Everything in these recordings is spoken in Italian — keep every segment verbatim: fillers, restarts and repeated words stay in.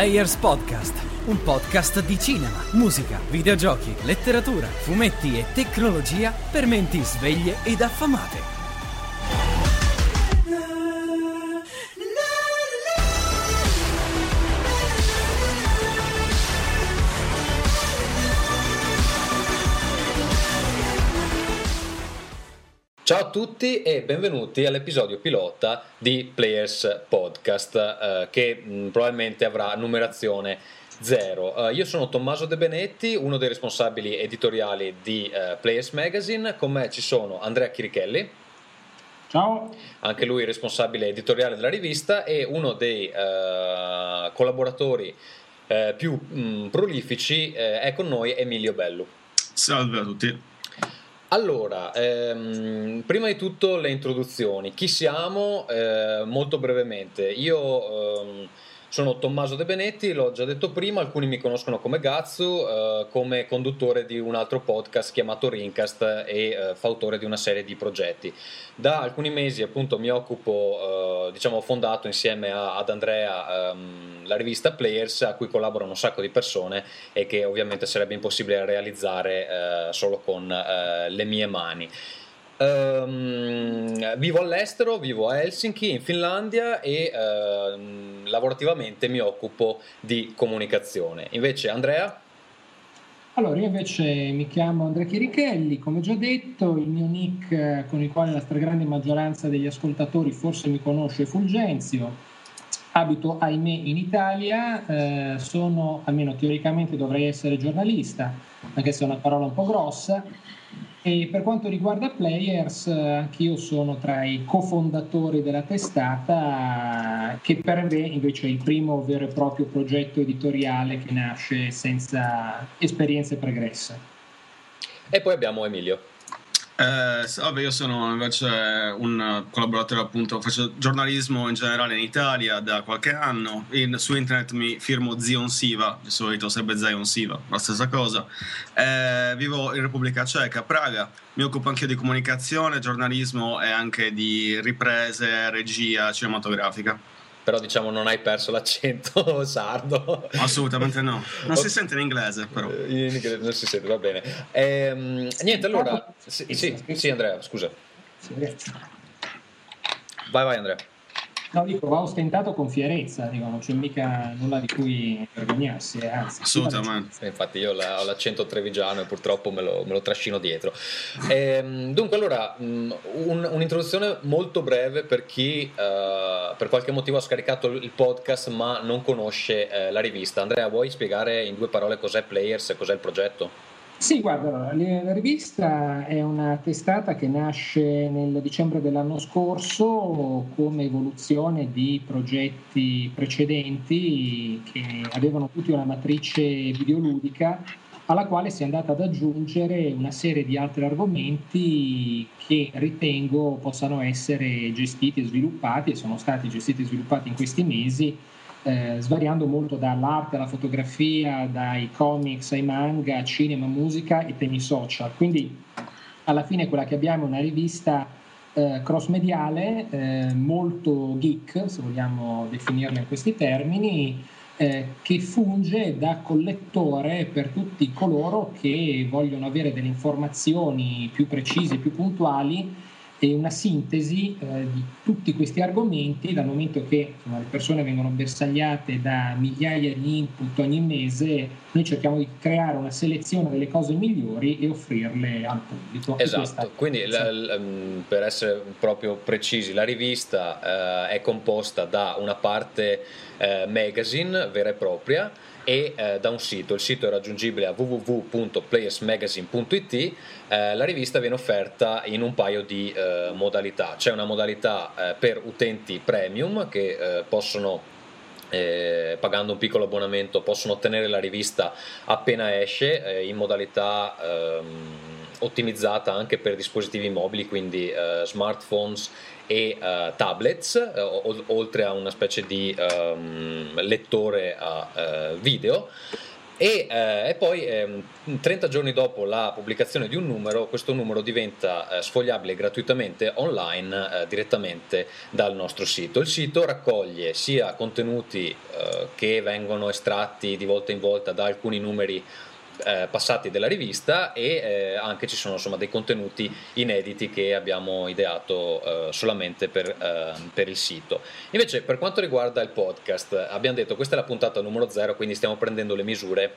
Players Podcast, un podcast di cinema, musica, videogiochi, letteratura, fumetti e tecnologia per menti sveglie ed affamate. Ciao a tutti e benvenuti all'episodio pilota di Players Podcast eh, che mh, probabilmente avrà numerazione zero. Uh, io sono Tommaso De Benetti, uno dei responsabili editoriali di uh, Players Magazine. Con me ci sono Andrea Chirichelli. Ciao. Anche lui responsabile editoriale della rivista, e uno dei uh, collaboratori uh, più mh, prolifici uh, è con noi Emilio Bellu. Salve a tutti. Allora, ehm, prima di tutto le introduzioni. Chi siamo? Eh, molto brevemente. Io ehm, sono Tommaso De Benetti, l'ho già detto prima, alcuni mi conoscono come Gazzu, eh, come conduttore di un altro podcast chiamato Rincast e eh, fautore di una serie di progetti. Da alcuni mesi appunto mi occupo, eh, diciamo ho fondato insieme a, ad Andrea ehm, la rivista Players, a cui collaborano un sacco di persone e che ovviamente sarebbe impossibile realizzare eh, solo con eh, le mie mani. Um, vivo all'estero, vivo a Helsinki in Finlandia e uh, lavorativamente mi occupo di comunicazione. Invece Andrea? Allora, io invece mi chiamo Andrea Chirichelli, come già detto, il mio nick con il quale la stragrande maggioranza degli ascoltatori forse mi conosce è Fulgenzio. Abito, ahimè, in Italia, eh, sono, almeno teoricamente dovrei essere giornalista, anche se è una parola un po' grossa. E per quanto riguarda Players, anch'io sono tra i cofondatori della testata, che per me invece è il primo vero e proprio progetto editoriale che nasce senza esperienze pregresse. E poi abbiamo Emilio. Eh, vabbè, io sono invece un collaboratore, appunto, faccio giornalismo in generale in Italia da qualche anno. In, su internet mi firmo Zion Siva, di solito sarebbe Zion Siva, la stessa cosa. Eh, vivo in Repubblica Ceca, a Praga. Mi occupo anche di comunicazione, giornalismo e anche di riprese, regia cinematografica. Però diciamo non hai perso l'accento sardo. Assolutamente no. Non si sente in inglese, però. In inglese non si sente, va bene. Ehm, niente, allora... Sì, sì, sì, Andrea, scusa. Vai, vai Andrea. No, dico, va ostentato con fierezza, dico, non c'è mica nulla di cui vergognarsi, eh, anzi. Assolutamente. Infatti io ho l'accento trevigiano e purtroppo me lo, me lo trascino dietro. Ehm, dunque, allora, un, un'introduzione molto breve per chi uh, per qualche motivo ha scaricato il podcast ma non conosce uh, la rivista. Andrea, vuoi spiegare in due parole cos'è Players e cos'è il progetto? Sì, guarda, la rivista è una testata che nasce nel dicembre dell'anno scorso come evoluzione di progetti precedenti che avevano tutti una matrice videoludica, alla quale si è andata ad aggiungere una serie di altri argomenti che ritengo possano essere gestiti e sviluppati, e sono stati gestiti e sviluppati in questi mesi, Eh, svariando molto dall'arte alla fotografia, dai comics ai manga, cinema, musica e temi social. Quindi alla fine quella che abbiamo è una rivista eh, cross-mediale, eh, molto geek, se vogliamo definirla in questi termini, eh, che funge da collettore per tutti coloro che vogliono avere delle informazioni più precise, più puntuali, e una sintesi eh, di tutti questi argomenti, dal momento che insomma, le persone vengono bersagliate da migliaia di input ogni mese. Noi cerchiamo di creare una selezione delle cose migliori e offrirle al pubblico. Esatto, quindi la, la, per essere proprio precisi, la rivista eh, è composta da una parte eh, magazine vera e propria e eh, da un sito. Il sito è raggiungibile a w w w punto players magazine punto i t. Eh, la rivista viene offerta in un paio di eh, modalità. C'è una modalità eh, per utenti premium che eh, possono, eh, pagando un piccolo abbonamento, possono ottenere la rivista appena esce eh, in modalità ehm, ottimizzata anche per dispositivi mobili, quindi eh, smartphones e uh, tablets, uh, o- oltre a una specie di um, lettore a uh, video. E, eh, e poi eh, trenta giorni dopo la pubblicazione di un numero, questo numero diventa eh, sfogliabile gratuitamente online eh, direttamente dal nostro sito. Il sito raccoglie sia contenuti eh, che vengono estratti di volta in volta da alcuni numeri Eh, passati della rivista e eh, anche ci sono insomma dei contenuti inediti che abbiamo ideato eh, solamente per, eh, per il sito. Invece per quanto riguarda il podcast, abbiamo detto questa è la puntata numero zero, quindi stiamo prendendo le misure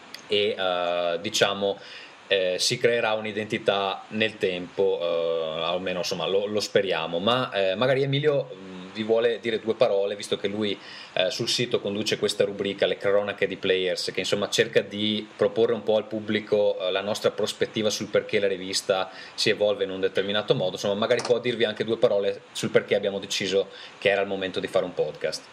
e eh, diciamo eh, si creerà un'identità nel tempo, eh, almeno insomma lo, lo speriamo, ma eh, magari Emilio vi vuole dire due parole, visto che lui eh, sul sito conduce questa rubrica, le cronache di Players, che insomma cerca di proporre un po' al pubblico eh, la nostra prospettiva sul perché la rivista si evolve in un determinato modo. Insomma, magari può dirvi anche due parole sul perché abbiamo deciso che era il momento di fare un podcast.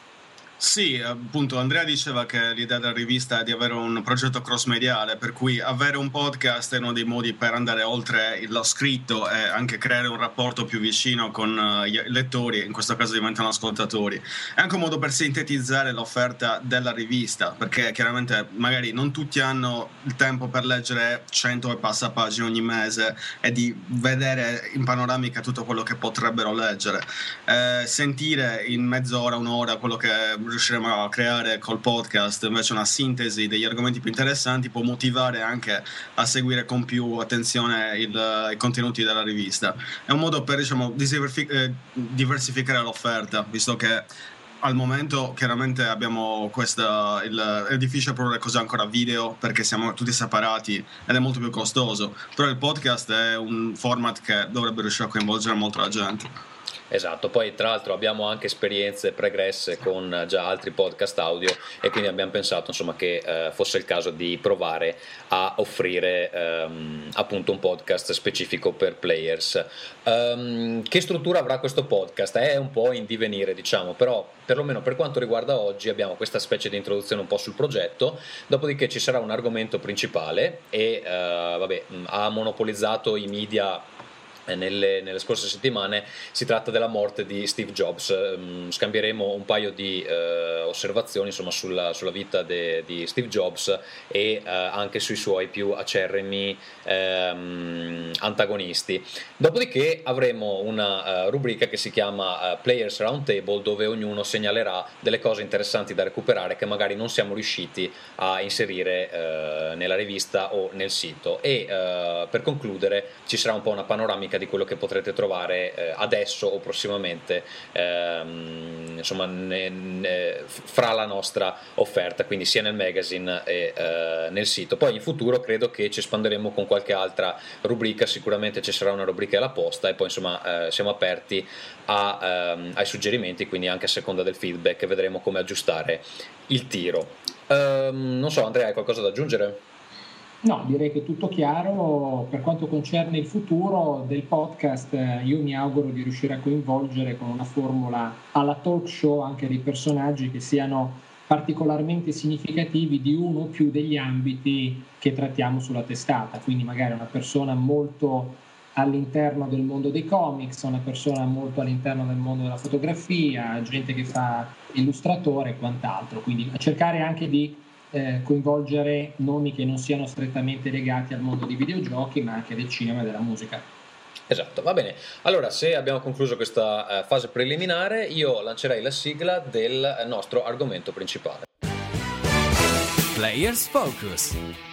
Sì, appunto, Andrea diceva che l'idea della rivista è di avere un progetto cross-mediale, per cui avere un podcast è uno dei modi per andare oltre lo scritto e anche creare un rapporto più vicino con gli lettori, in questo caso diventano ascoltatori. È anche un modo per sintetizzare l'offerta della rivista, perché chiaramente magari non tutti hanno il tempo per leggere cento e passa pagine ogni mese e di vedere in panoramica tutto quello che potrebbero leggere. Eh, sentire in mezz'ora, un'ora quello che riusciremo a creare col podcast, invece una sintesi degli argomenti più interessanti, può motivare anche a seguire con più attenzione il, i contenuti della rivista. È un modo per, diciamo, diversificare l'offerta, visto che al momento chiaramente abbiamo questa, il, è difficile produrre cose ancora video perché siamo tutti separati ed è molto più costoso, però il podcast è un format che dovrebbe riuscire a coinvolgere molto la gente. Esatto, poi tra l'altro abbiamo anche esperienze pregresse con già altri podcast audio e quindi abbiamo pensato insomma che eh, fosse il caso di provare a offrire ehm, appunto un podcast specifico per Players. Um, che struttura avrà questo podcast? È un po' in divenire, diciamo, però perlomeno per quanto riguarda oggi abbiamo questa specie di introduzione un po' sul progetto, dopodiché ci sarà un argomento principale e eh, vabbè, ha monopolizzato i media Nelle, nelle scorse settimane. Si tratta della morte di Steve Jobs. Scambieremo un paio di eh, osservazioni insomma sulla, sulla vita de, di Steve Jobs e eh, anche sui suoi più acerrimi ehm, antagonisti. Dopodiché avremo una uh, rubrica che si chiama uh, Players Roundtable, dove ognuno segnalerà delle cose interessanti da recuperare che magari non siamo riusciti a inserire uh, nella rivista o nel sito, e uh, per concludere ci sarà un po' una panoramica di quello che potrete trovare eh, adesso o prossimamente ehm, insomma ne, ne, fra la nostra offerta, quindi sia nel magazine e eh, nel sito. Poi in futuro credo che ci espanderemo con qualche altra rubrica, sicuramente ci sarà una rubrica alla posta e poi insomma eh, siamo aperti a, ehm, ai suggerimenti, quindi anche a seconda del feedback vedremo come aggiustare il tiro. Ehm, non so, Andrea, hai qualcosa da aggiungere? No, direi che è tutto chiaro. Per quanto concerne il futuro del podcast, io mi auguro di riuscire a coinvolgere con una formula alla talk show anche dei personaggi che siano particolarmente significativi di uno o più degli ambiti che trattiamo sulla testata, quindi magari una persona molto all'interno del mondo dei comics, una persona molto all'interno del mondo della fotografia, gente che fa illustratore e quant'altro, quindi cercare anche di Eh, coinvolgere nomi che non siano strettamente legati al mondo dei videogiochi ma anche del cinema e della musica. Esatto, va bene. Allora, se abbiamo concluso questa eh, fase preliminare, io lancerei la sigla del nostro argomento principale. Players Focus.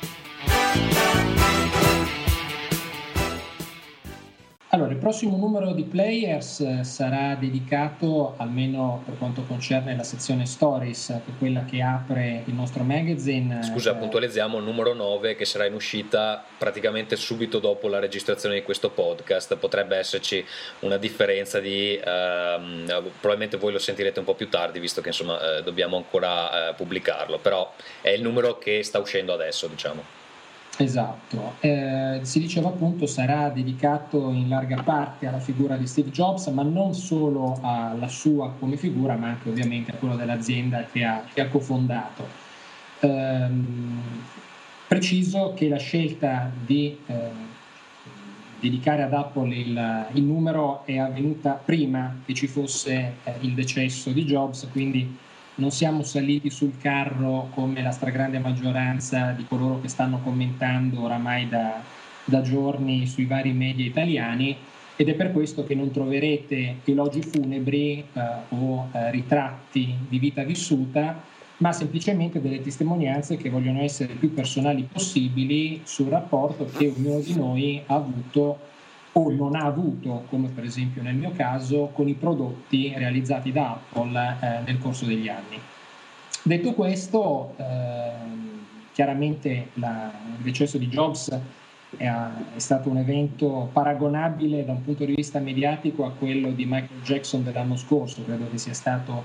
Allora, il prossimo numero di Players sarà dedicato, almeno per quanto concerne la sezione Stories, che è quella che apre il nostro magazine. Scusa, puntualizziamo il numero nove, che sarà in uscita praticamente subito dopo la registrazione di questo podcast. Potrebbe esserci una differenza di ehm, probabilmente voi lo sentirete un po' più tardi, visto che insomma eh, dobbiamo ancora eh, pubblicarlo, però è il numero che sta uscendo adesso, diciamo. Esatto, eh, si diceva appunto sarà dedicato in larga parte alla figura di Steve Jobs, ma non solo alla sua come figura, ma anche ovviamente a quello dell'azienda che ha, che ha cofondato. Ehm, preciso che la scelta di eh, dedicare ad Apple il, il numero è avvenuta prima che ci fosse eh, il decesso di Jobs, quindi non siamo saliti sul carro come la stragrande maggioranza di coloro che stanno commentando oramai da, da giorni sui vari media italiani, ed è per questo che non troverete elogi funebri eh, o eh, ritratti di vita vissuta, ma semplicemente delle testimonianze che vogliono essere più personali possibili sul rapporto che ognuno di noi ha avuto o non ha avuto, come per esempio nel mio caso, con i prodotti realizzati da Apple eh, nel corso degli anni. Detto questo, eh, chiaramente la, il decesso di Jobs è, è stato un evento paragonabile da un punto di vista mediatico a quello di Michael Jackson dell'anno scorso. Credo che sia stato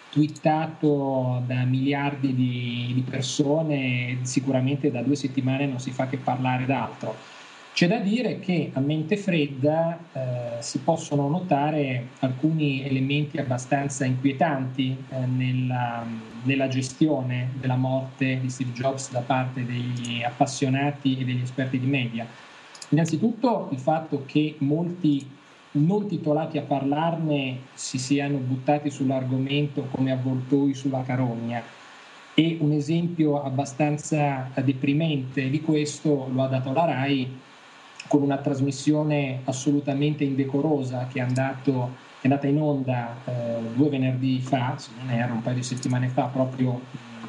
twittato da miliardi di, di persone e sicuramente da due settimane non si fa che parlare d'altro. C'è da dire che a mente fredda eh, si possono notare alcuni elementi abbastanza inquietanti eh, nella, nella gestione della morte di Steve Jobs da parte degli appassionati e degli esperti di media. Innanzitutto il fatto che molti non titolati a parlarne si siano buttati sull'argomento come avvoltoi sulla carogna, e un esempio abbastanza deprimente di questo lo ha dato la RAI con una trasmissione assolutamente indecorosa che è, andato, è andata in onda eh, due venerdì fa, se non era un paio di settimane fa, proprio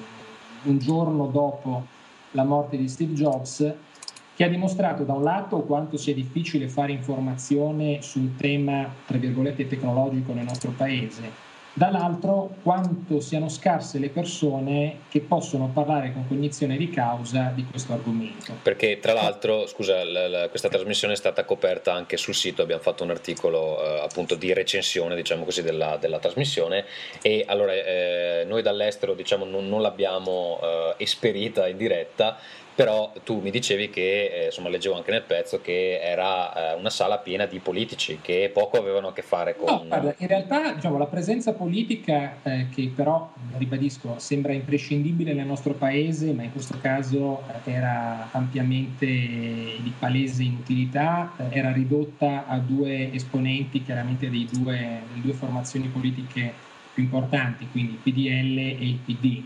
un giorno dopo la morte di Steve Jobs, che ha dimostrato da un lato quanto sia difficile fare informazione su un tema, tra virgolette, tecnologico nel nostro paese, dall'altro quanto siano scarse le persone che possono parlare con cognizione di causa di questo argomento. Perché tra l'altro, scusa, la, la, questa trasmissione è stata coperta anche sul sito, abbiamo fatto un articolo eh, appunto di recensione, diciamo così, della, della trasmissione, e allora eh, noi dall'estero, diciamo, non, non l'abbiamo eh, esperita in diretta, però tu mi dicevi che, eh, insomma, leggevo anche nel pezzo che era eh, una sala piena di politici che poco avevano a che fare con... No, guarda, in realtà diciamo, la presenza politica, eh, che però, ribadisco, sembra imprescindibile nel nostro paese, ma in questo caso eh, era ampiamente di palese inutilità, eh, era ridotta a due esponenti chiaramente dei due, delle due formazioni politiche più importanti, quindi il P D L e il P D.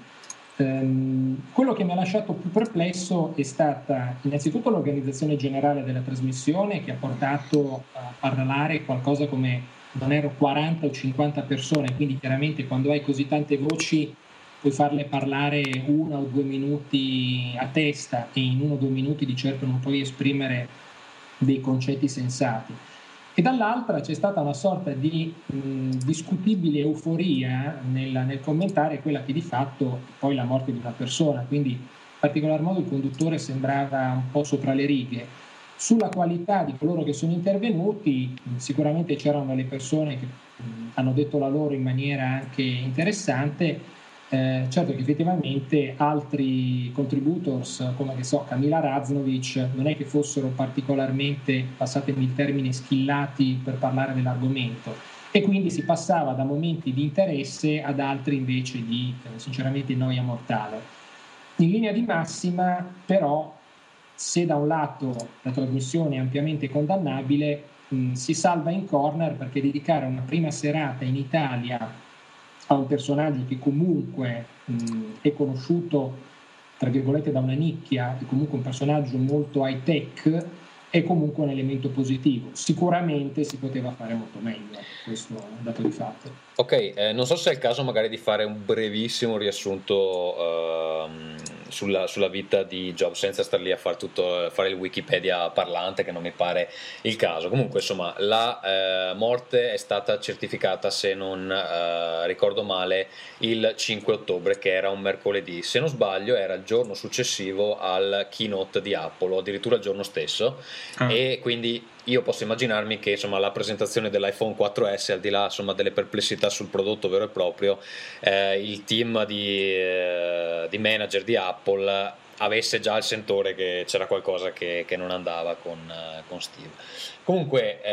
Um, quello che mi ha lasciato più perplesso è stata innanzitutto l'organizzazione generale della trasmissione, che ha portato a parlare qualcosa come, non ero, quaranta o cinquanta persone, quindi chiaramente quando hai così tante voci puoi farle parlare una o due minuti a testa, e in uno o due minuti di certo non puoi esprimere dei concetti sensati. E dall'altra c'è stata una sorta di mh, discutibile euforia nel, nel commentare quella che di fatto è poi la morte di una persona, quindi in particolar modo il conduttore sembrava un po' sopra le righe. Sulla qualità di coloro che sono intervenuti mh, sicuramente c'erano le persone che mh, hanno detto la loro in maniera anche interessante. Eh, certo che effettivamente altri contributors, come che so, Camila Raznovic, non è che fossero particolarmente, passatemi il termine, skillati per parlare dell'argomento, e quindi si passava da momenti di interesse ad altri invece di eh, sinceramente noia mortale. In linea di massima, però, se da un lato la trasmissione è ampiamente condannabile, mh, si salva in corner, perché dedicare una prima serata in Italia a un personaggio che comunque mh, è conosciuto tra virgolette da una nicchia, è comunque un personaggio molto high tech, è comunque un elemento positivo. Sicuramente si poteva fare molto meglio, questo è un dato di fatto. Ok, eh, non so se è il caso magari di fare un brevissimo riassunto ehm, sulla, sulla vita di Jobs, senza star lì a fare tutto, fare il Wikipedia parlante, che non mi pare il caso. Comunque, insomma, la eh, morte è stata certificata, se non eh, ricordo male, il cinque ottobre, che era un mercoledì. Se non sbaglio era il giorno successivo al keynote di Apple, o addirittura il giorno stesso, ah. E quindi io posso immaginarmi che, insomma, la presentazione dell'iPhone quattro S, al di là, insomma, delle perplessità sul prodotto vero e proprio, eh, il team di, eh, di manager di Apple avesse già il sentore che c'era qualcosa che, che non andava con, uh, con Steve. Comunque,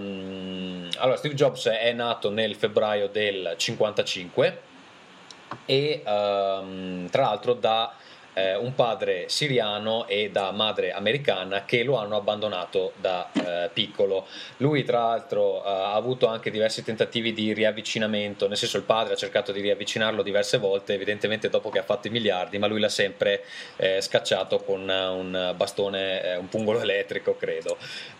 ehm, allora Steve Jobs è nato nel febbraio del cinquantacinque e um, tra l'altro da eh, un padre siriano e da madre americana che lo hanno abbandonato da eh, piccolo. Lui tra l'altro eh, ha avuto anche diversi tentativi di riavvicinamento, nel senso il padre ha cercato di riavvicinarlo diverse volte, evidentemente dopo che ha fatto i miliardi, ma lui l'ha sempre eh, scacciato con un bastone, eh, un pungolo elettrico credo.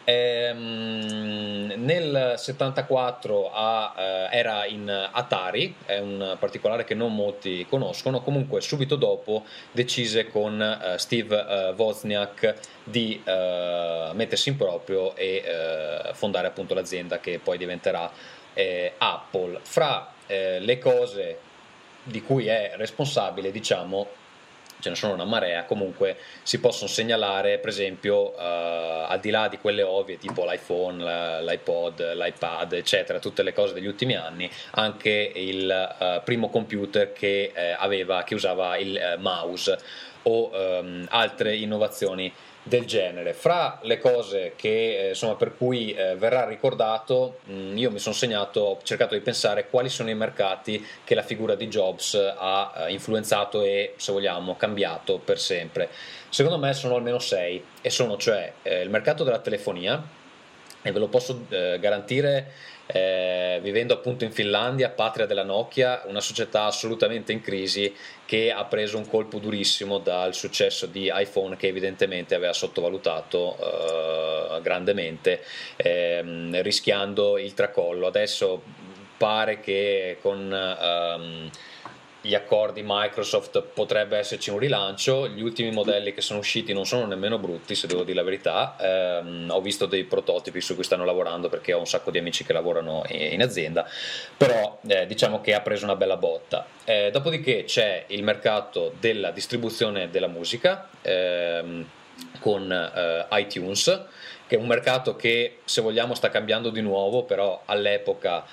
Ehm, nel settantaquattro ha, eh, era in Atari, è un particolare che non molti conoscono. Comunque subito dopo decise con eh, Steve eh, Wozniak di eh, mettersi in proprio e eh, fondare appunto l'azienda che poi diventerà eh, Apple. Fra eh, le cose di cui è responsabile, diciamo, ce ne sono una marea, comunque si possono segnalare per esempio uh, al di là di quelle ovvie tipo l'iPhone, l'iPod, l'iPad eccetera, tutte le cose degli ultimi anni, anche il uh, primo computer che, eh, aveva, che usava il uh, mouse o um, altre innovazioni del genere. Fra le cose che eh, insomma per cui eh, verrà ricordato, mh, io mi sono segnato, ho cercato di pensare quali sono i mercati che la figura di Jobs ha eh, influenzato e, se vogliamo, cambiato per sempre. Secondo me sono almeno sei, e sono cioè eh, il mercato della telefonia, e ve lo posso eh, garantire eh, vivendo appunto in Finlandia, patria della Nokia, una società assolutamente in crisi che ha preso un colpo durissimo dal successo di iPhone, che evidentemente aveva sottovalutato eh, grandemente, ehm, rischiando il tracollo. Adesso pare che con ehm, gli accordi Microsoft potrebbe esserci un rilancio. Gli ultimi modelli che sono usciti non sono nemmeno brutti, se devo dire la verità. ehm, ho visto dei prototipi su cui stanno lavorando perché ho un sacco di amici che lavorano in azienda, però eh, diciamo che ha preso una bella botta. Eh, dopodiché c'è il mercato della distribuzione della musica ehm, con eh, iTunes, che è un mercato che, se vogliamo, sta cambiando di nuovo, però all'epoca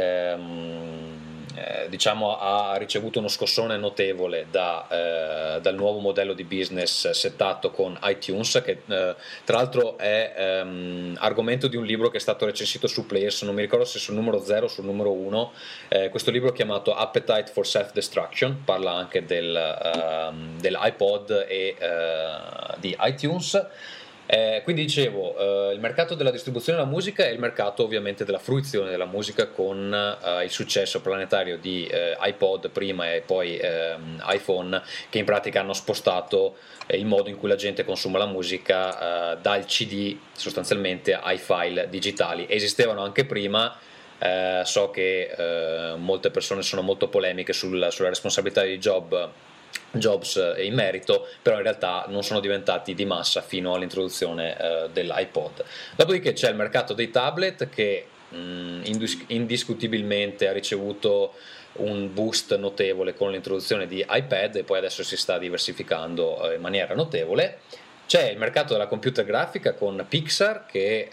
ehm, Eh, diciamo ha ricevuto uno scossone notevole da, eh, dal nuovo modello di business settato con iTunes, che eh, tra l'altro è ehm, argomento di un libro che è stato recensito su Players, non mi ricordo se sul numero zero o sul numero uno. Eh, questo libro chiamato Appetite for Self-Destruction parla anche del, ehm, dell'iPod e eh, di iTunes. Eh, quindi dicevo, eh, il mercato della distribuzione della musica e il mercato ovviamente della fruizione della musica, con eh, il successo planetario di eh, iPod prima e poi eh, iPhone, che in pratica hanno spostato eh, il modo in cui la gente consuma la musica eh, dal C D sostanzialmente ai file digitali. Esistevano anche prima. Eh, so che eh, molte persone sono molto polemiche sul, sulla responsabilità di Job Jobs in merito, però in realtà non sono diventati di massa fino all'introduzione eh, dell'iPod. Dopodiché c'è il mercato dei tablet, che mh, indis- indiscutibilmente ha ricevuto un boost notevole con l'introduzione di iPad, e poi adesso si sta diversificando eh, in maniera notevole. C'è il mercato della computer grafica con Pixar, che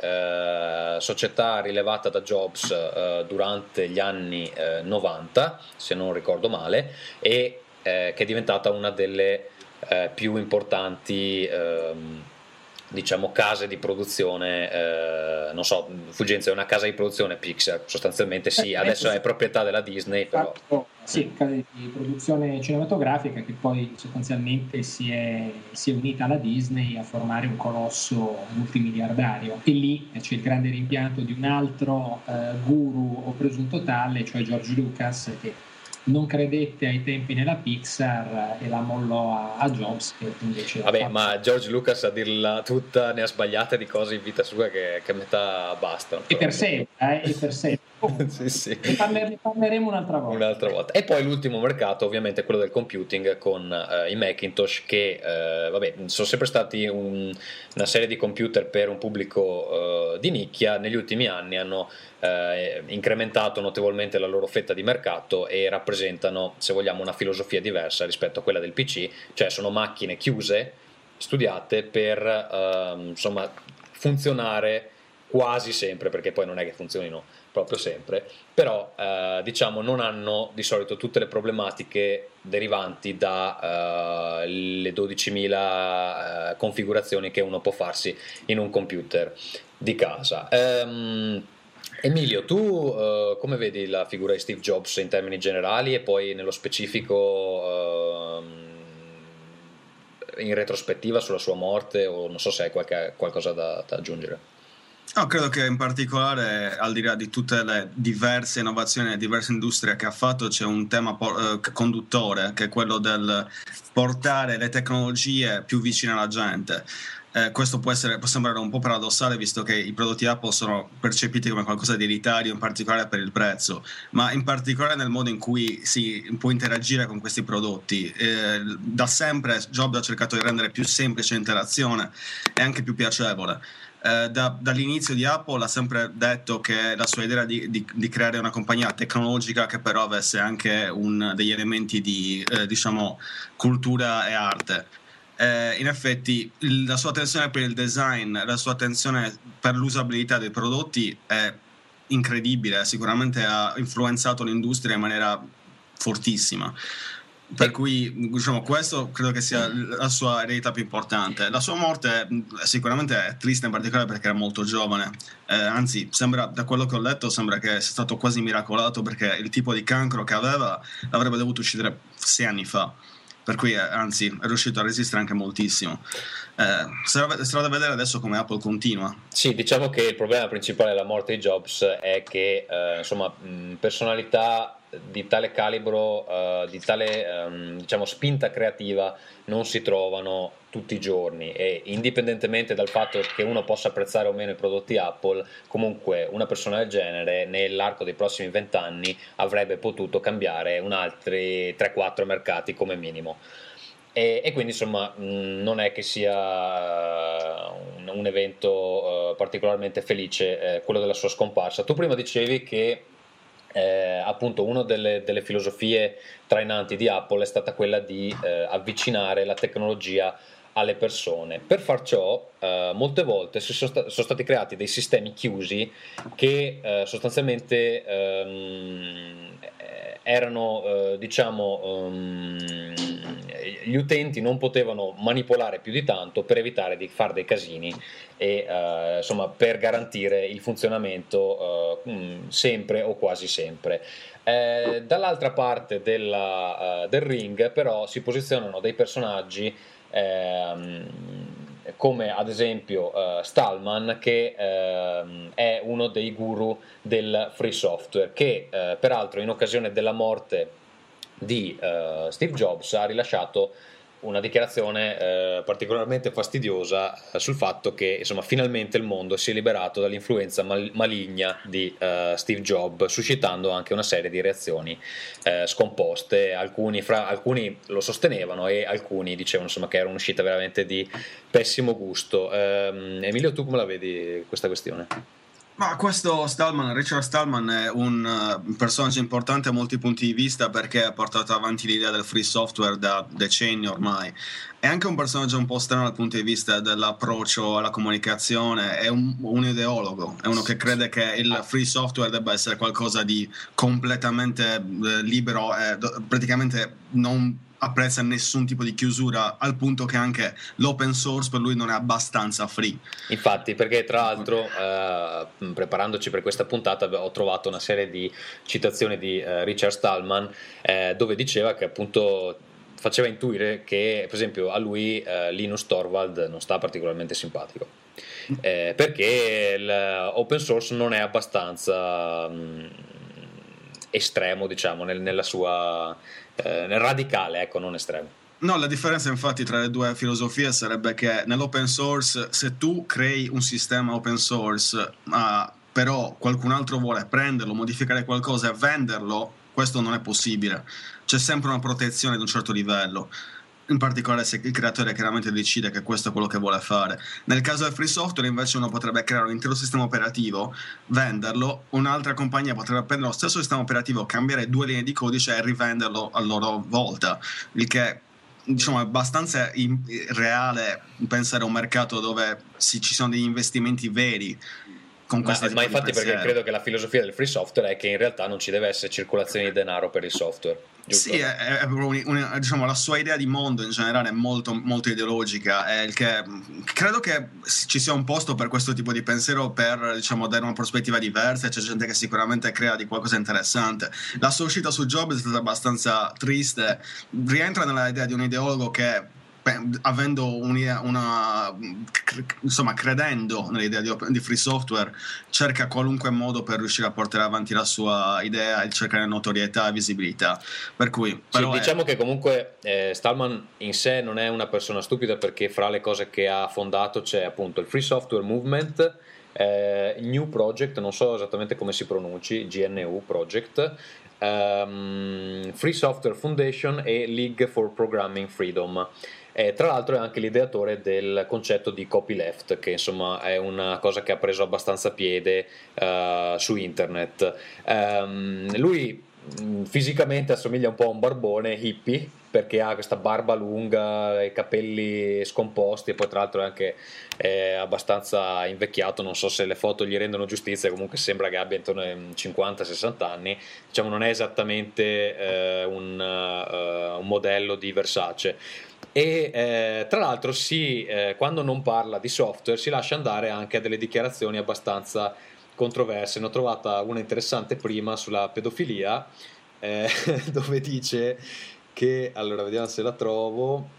è eh, società rilevata da Jobs eh, durante gli anni eh, novanta, se non ricordo male, e Eh, che è diventata una delle eh, più importanti ehm, diciamo case di produzione. eh, non so, Fulgenzio, è una casa di produzione Pixar sostanzialmente? Sì, adesso è proprietà della Disney, però sì, casa di produzione cinematografica che poi sostanzialmente si è, si è unita alla Disney a formare un colosso multimiliardario, e lì c'è il grande rimpianto di un altro eh, guru o presunto tale, cioè George Lucas, che non credette ai tempi nella Pixar e la mollò a, a Jobs, che invece vabbè, fatto... ma George Lucas, a dirla tutta, ne ha sbagliate di cose in vita sua che, che a metà bastano. E per sempre, eh, e per sempre. Sì, sì. Ne parleremo, ne parleremo un'altra volta. Un'altra volta. E poi l'ultimo mercato, ovviamente, è quello del computing con eh, i Macintosh, che eh, vabbè, sono sempre stati un, una serie di computer per un pubblico eh, di nicchia. Negli ultimi anni hanno eh, incrementato notevolmente la loro fetta di mercato e rappresentano, se vogliamo, una filosofia diversa rispetto a quella del P C, cioè sono macchine chiuse, studiate per eh, insomma funzionare quasi sempre, perché poi non è che funzionino proprio sempre, però eh, diciamo non hanno di solito tutte le problematiche derivanti dalle eh, dodicimila eh, configurazioni che uno può farsi in un computer di casa. Ehm, Emilio, tu eh, come vedi la figura di Steve Jobs in termini generali, e poi nello specifico ehm, in retrospettiva sulla sua morte, o non so se hai qualche, qualcosa da, da aggiungere. No, credo che in particolare, al di là di tutte le diverse innovazioni e diverse industrie che ha fatto, c'è un tema po- eh, conduttore, che è quello del portare le tecnologie più vicine alla gente. Eh, questo può, essere, può sembrare un po' paradossale, visto che i prodotti Apple sono percepiti come qualcosa di elitario, in particolare per il prezzo, ma in particolare nel modo in cui si può interagire con questi prodotti. Eh, da sempre Jobs ha cercato di rendere più semplice l'interazione e anche più piacevole. Eh, da, dall'inizio di Apple ha sempre detto che la sua idea di, di, di creare una compagnia tecnologica che però avesse anche un, degli elementi di eh, diciamo cultura e arte. Eh, in effetti la sua attenzione per il design, la sua attenzione per l'usabilità dei prodotti è incredibile, sicuramente ha influenzato l'industria in maniera fortissima. Per cui diciamo questo credo che sia la sua eredità più importante. La sua morte sicuramente è triste, in particolare perché era molto giovane, eh, anzi sembra, da quello che ho letto, sembra che sia stato quasi miracolato, perché il tipo di cancro che aveva l'avrebbe dovuto uccidere sei anni fa, per cui eh, anzi è riuscito a resistere anche moltissimo. Eh, sarà, sarà da vedere adesso come Apple continua. Sì, diciamo che il problema principale della morte di Jobs è che eh, insomma mh, personalità di tale calibro, uh, di tale um, diciamo spinta creativa non si trovano tutti i giorni, e indipendentemente dal fatto che uno possa apprezzare o meno i prodotti Apple, comunque una persona del genere nell'arco dei prossimi vent'anni avrebbe potuto cambiare un altri tre quattro mercati come minimo. E, e quindi insomma mh, non è che sia uh, un, un evento uh, particolarmente felice uh, quello della sua scomparsa. Tu prima dicevi che Eh, appunto una delle, delle filosofie trainanti di Apple è stata quella di eh, avvicinare la tecnologia alle persone. Per far ciò eh, molte volte si sono, sta- sono stati creati dei sistemi chiusi che eh, sostanzialmente ehm, erano eh, diciamo um, gli utenti non potevano manipolare più di tanto per evitare di fare dei casini e uh, insomma per garantire il funzionamento uh, sempre o quasi sempre. Eh, dall'altra parte della, uh, del ring però si posizionano dei personaggi ehm, come ad esempio uh, Stallman, che uh, è uno dei guru del free software, che uh, peraltro in occasione della morte di uh, Steve Jobs ha rilasciato una dichiarazione eh, particolarmente fastidiosa eh, sul fatto che insomma finalmente il mondo si è liberato dall'influenza mal- maligna di eh, Steve Jobs, suscitando anche una serie di reazioni eh, scomposte. Alcuni, fra, alcuni lo sostenevano e alcuni dicevano insomma che era un'uscita veramente di pessimo gusto. Eh, Emilio, tu come la vedi questa questione? Ma questo Stallman, Richard Stallman, è un uh, personaggio importante a molti punti di vista, perché ha portato avanti l'idea del free software da decenni ormai. È anche un personaggio un po' strano dal punto di vista dell'approccio alla comunicazione, è un, un ideologo, è uno che crede che il free software debba essere qualcosa di completamente eh, libero e do, praticamente non apprezza nessun tipo di chiusura, al punto che anche l'open source per lui non è abbastanza free. Infatti, perché tra l'altro eh, preparandoci per questa puntata ho trovato una serie di citazioni di eh, Richard Stallman eh, dove diceva che appunto faceva intuire che per esempio a lui eh, Linus Torvald non sta particolarmente simpatico, eh, perché l'open source non è abbastanza mh, estremo, diciamo, nel, nella sua eh, nel radicale, ecco, non estremo. No, la differenza infatti tra le due filosofie sarebbe che nell'open source, se tu crei un sistema open source uh, però qualcun altro vuole prenderlo, modificare qualcosa e venderlo, questo non è possibile. C'è sempre una protezione di un certo livello, in particolare se il creatore chiaramente decide che questo è quello che vuole fare. Nel caso del free software invece uno potrebbe creare un intero sistema operativo, venderlo, un'altra compagnia potrebbe prendere lo stesso sistema operativo, cambiare due linee di codice e rivenderlo a loro volta, il che diciamo è abbastanza reale pensare a un mercato dove si, ci sono degli investimenti veri. Con ma, ma infatti perché credo che la filosofia del free software è che in realtà non ci deve essere circolazione di denaro per il software, giusto? Sì, è, è un, un, diciamo, la sua idea di mondo in generale è molto, molto ideologica, è il che credo che ci sia un posto per questo tipo di pensiero, per diciamo dare una prospettiva diversa. C'è gente che sicuramente crea di qualcosa interessante. La sua uscita su Jobs è stata abbastanza triste, rientra nella idea di un ideologo che beh, avendo un'idea, una, insomma, credendo nell'idea di, open, di free software, cerca qualunque modo per riuscire a portare avanti la sua idea e cercare notorietà e visibilità. Per cui, però sì, diciamo è... che comunque eh, Stallman in sé non è una persona stupida, perché fra le cose che ha fondato c'è appunto il Free Software Movement, eh, il New Project, non so esattamente come si pronunci, G N U Project, um, Free Software Foundation e League for Programming Freedom. E tra l'altro è anche l'ideatore del concetto di copyleft, che insomma è una cosa che ha preso abbastanza piede uh, su internet. Um, lui fisicamente assomiglia un po' a un barbone hippie, perché ha questa barba lunga, i capelli scomposti, e poi tra l'altro è anche eh, abbastanza invecchiato. Non so se le foto gli rendono giustizia, comunque sembra che abbia intorno ai cinquanta sessanta anni. Diciamo non è esattamente eh, un, uh, un modello di Versace. E eh, tra l'altro si, eh, quando non parla di software si lascia andare anche a delle dichiarazioni abbastanza controverse. Ne ho trovata una interessante prima sulla pedofilia, eh, dove dice che, allora vediamo se la trovo,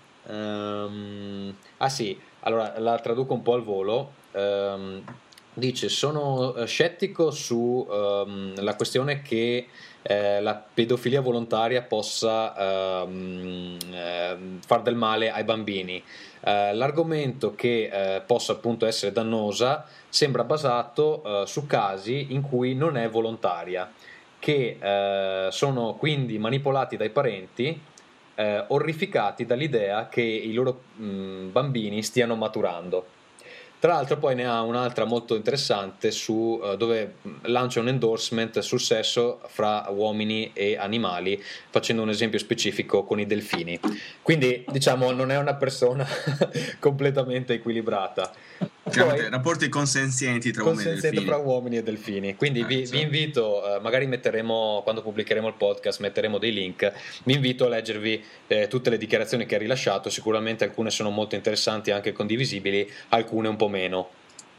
um, ah sì, allora la traduco un po' al volo. Um, dice: sono scettico su um, la questione che eh, la pedofilia volontaria possa um, eh, far del male ai bambini. Uh, l'argomento che uh, possa appunto essere dannosa sembra basato uh, su casi in cui non è volontaria, che uh, sono quindi manipolati dai parenti, uh, orrificati dall'idea che i loro mh, bambini stiano maturando. Tra l'altro poi ne ha un'altra molto interessante su, uh, dove lancia un endorsement sul sesso fra uomini e animali, facendo un esempio specifico con i delfini. Quindi diciamo non è una persona completamente equilibrata. Poi, rapporti consenzienti tra uomini e delfini. Fra uomini e delfini. Quindi eh, vi, sì. vi invito, uh, magari metteremo, quando pubblicheremo il podcast, metteremo dei link. Vi invito a leggervi eh, tutte le dichiarazioni che ha rilasciato. Sicuramente alcune sono molto interessanti e anche condivisibili, alcune un po' meno.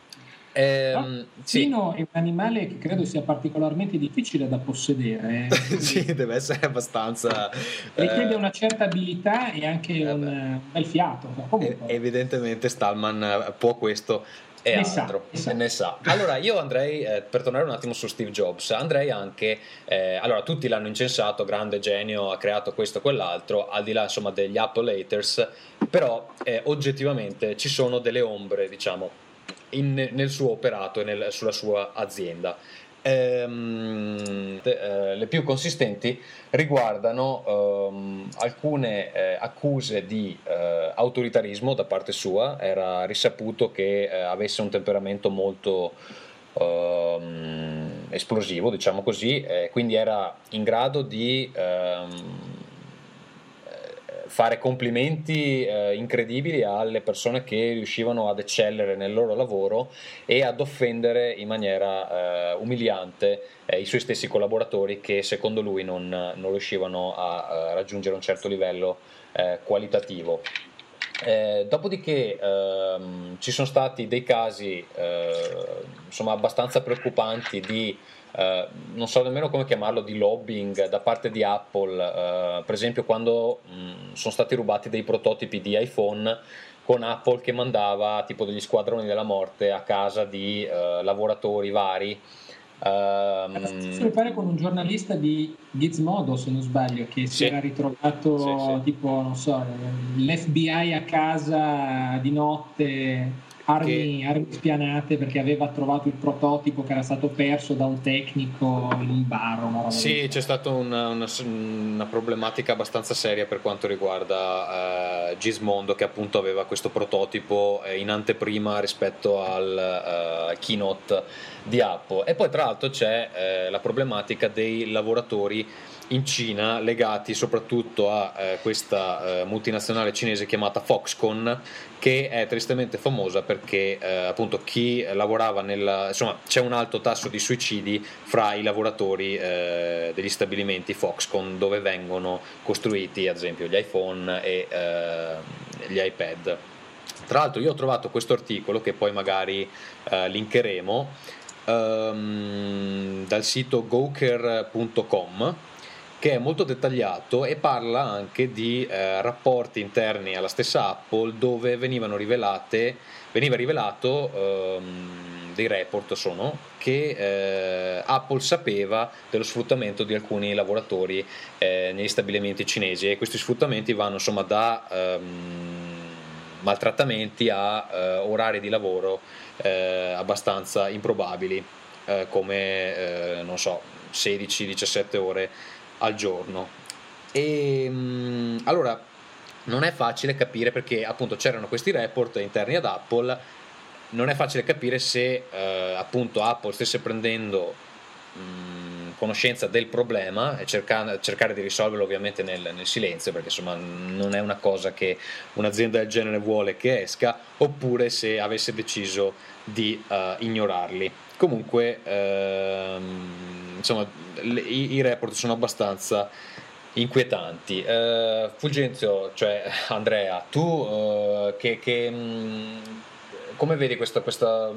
Ehm, sì. È un animale che credo sia particolarmente difficile da possedere. Sì, deve essere abbastanza. Richiede eh, una certa abilità e anche eh, un, un bel fiato. Comunque. Evidentemente Stallman può questo e ne altro, sa, sa. ne sa. Allora io andrei, eh, per tornare un attimo su Steve Jobs, andrei anche, eh, allora tutti l'hanno incensato, grande genio, ha creato questo e quell'altro, al di là insomma degli Apple haters, però eh, oggettivamente ci sono delle ombre, diciamo, In, nel suo operato e nel, sulla sua azienda. Ehm, eh, le più consistenti riguardano ehm, alcune eh, accuse di eh, autoritarismo da parte sua. Era risaputo che eh, avesse un temperamento molto ehm, esplosivo, diciamo così, eh, quindi era in grado di ehm, fare complimenti eh, incredibili alle persone che riuscivano ad eccellere nel loro lavoro e ad offendere in maniera eh, umiliante eh, i suoi stessi collaboratori, che secondo lui non, non riuscivano a, a raggiungere un certo livello eh, qualitativo. Eh, dopodiché ehm, ci sono stati dei casi eh, insomma abbastanza preoccupanti di Uh, non so nemmeno come chiamarlo, di lobbying da parte di Apple, uh, per esempio quando mh, sono stati rubati dei prototipi di iPhone, con Apple che mandava tipo degli squadroni della morte a casa di uh, lavoratori vari. Um, mi pare con un giornalista di Gizmodo, se non sbaglio, che sì. si era ritrovato sì, sì. tipo non so l'F B I a casa di notte, armi, che... armi spianate, perché aveva trovato il prototipo che era stato perso da un tecnico in un bar. Una sì, c'è stata una, una, una problematica abbastanza seria per quanto riguarda uh, Gizmodo, che appunto aveva questo prototipo in anteprima rispetto al uh, keynote di Apple. E poi tra l'altro c'è eh, la problematica dei lavoratori in Cina legati soprattutto a eh, questa eh, multinazionale cinese chiamata Foxconn, che è tristemente famosa perché eh, appunto chi lavorava nella, insomma c'è un alto tasso di suicidi fra i lavoratori eh, degli stabilimenti Foxconn dove vengono costruiti ad esempio gli iPhone e eh, gli iPad. Tra l'altro io ho trovato questo articolo che poi magari eh, linkeremo um, dal sito gawker punto com, che è molto dettagliato e parla anche di eh, rapporti interni alla stessa Apple, dove venivano rivelate veniva rivelato ehm, dei report sono che eh, Apple sapeva dello sfruttamento di alcuni lavoratori eh, negli stabilimenti cinesi, e questi sfruttamenti vanno insomma da ehm, maltrattamenti a eh, orari di lavoro eh, abbastanza improbabili, eh, come eh, non so, sedici diciassette ore al giorno. E mh, allora non è facile capire, perché appunto c'erano questi report interni ad Apple, non è facile capire se eh, appunto Apple stesse prendendo mh, conoscenza del problema e cercare, cercare di risolverlo ovviamente nel, nel silenzio, perché insomma non è una cosa che un'azienda del genere vuole che esca, oppure se avesse deciso di uh, ignorarli. Comunque ehm, insomma le, i, i report sono abbastanza inquietanti. uh, Fulgenzio, cioè Andrea, tu uh, che, che mh, come vedi questo, questo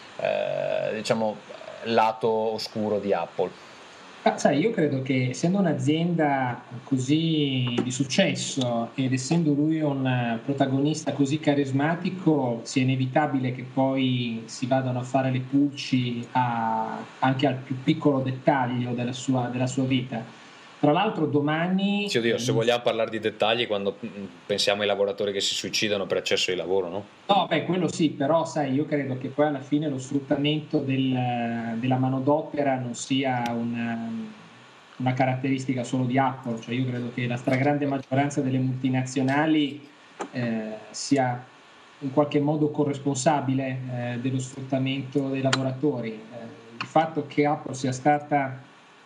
uh, diciamo lato oscuro di Apple? Ah, sai, io credo che essendo un'azienda così di successo ed essendo lui un protagonista così carismatico, sia inevitabile che poi si vadano a fare le pulci a, anche al più piccolo dettaglio della sua, della sua vita. Tra l'altro domani... Sì, oddio, se vogliamo parlare di dettagli, quando pensiamo ai lavoratori che si suicidano per eccesso di lavoro, no? No, beh, quello sì, però sai, io credo che poi alla fine lo sfruttamento del, della manodopera non sia una, una caratteristica solo di Apple, cioè io credo che la stragrande maggioranza delle multinazionali eh, sia in qualche modo corresponsabile eh, dello sfruttamento dei lavoratori. Eh, il fatto che Apple sia stata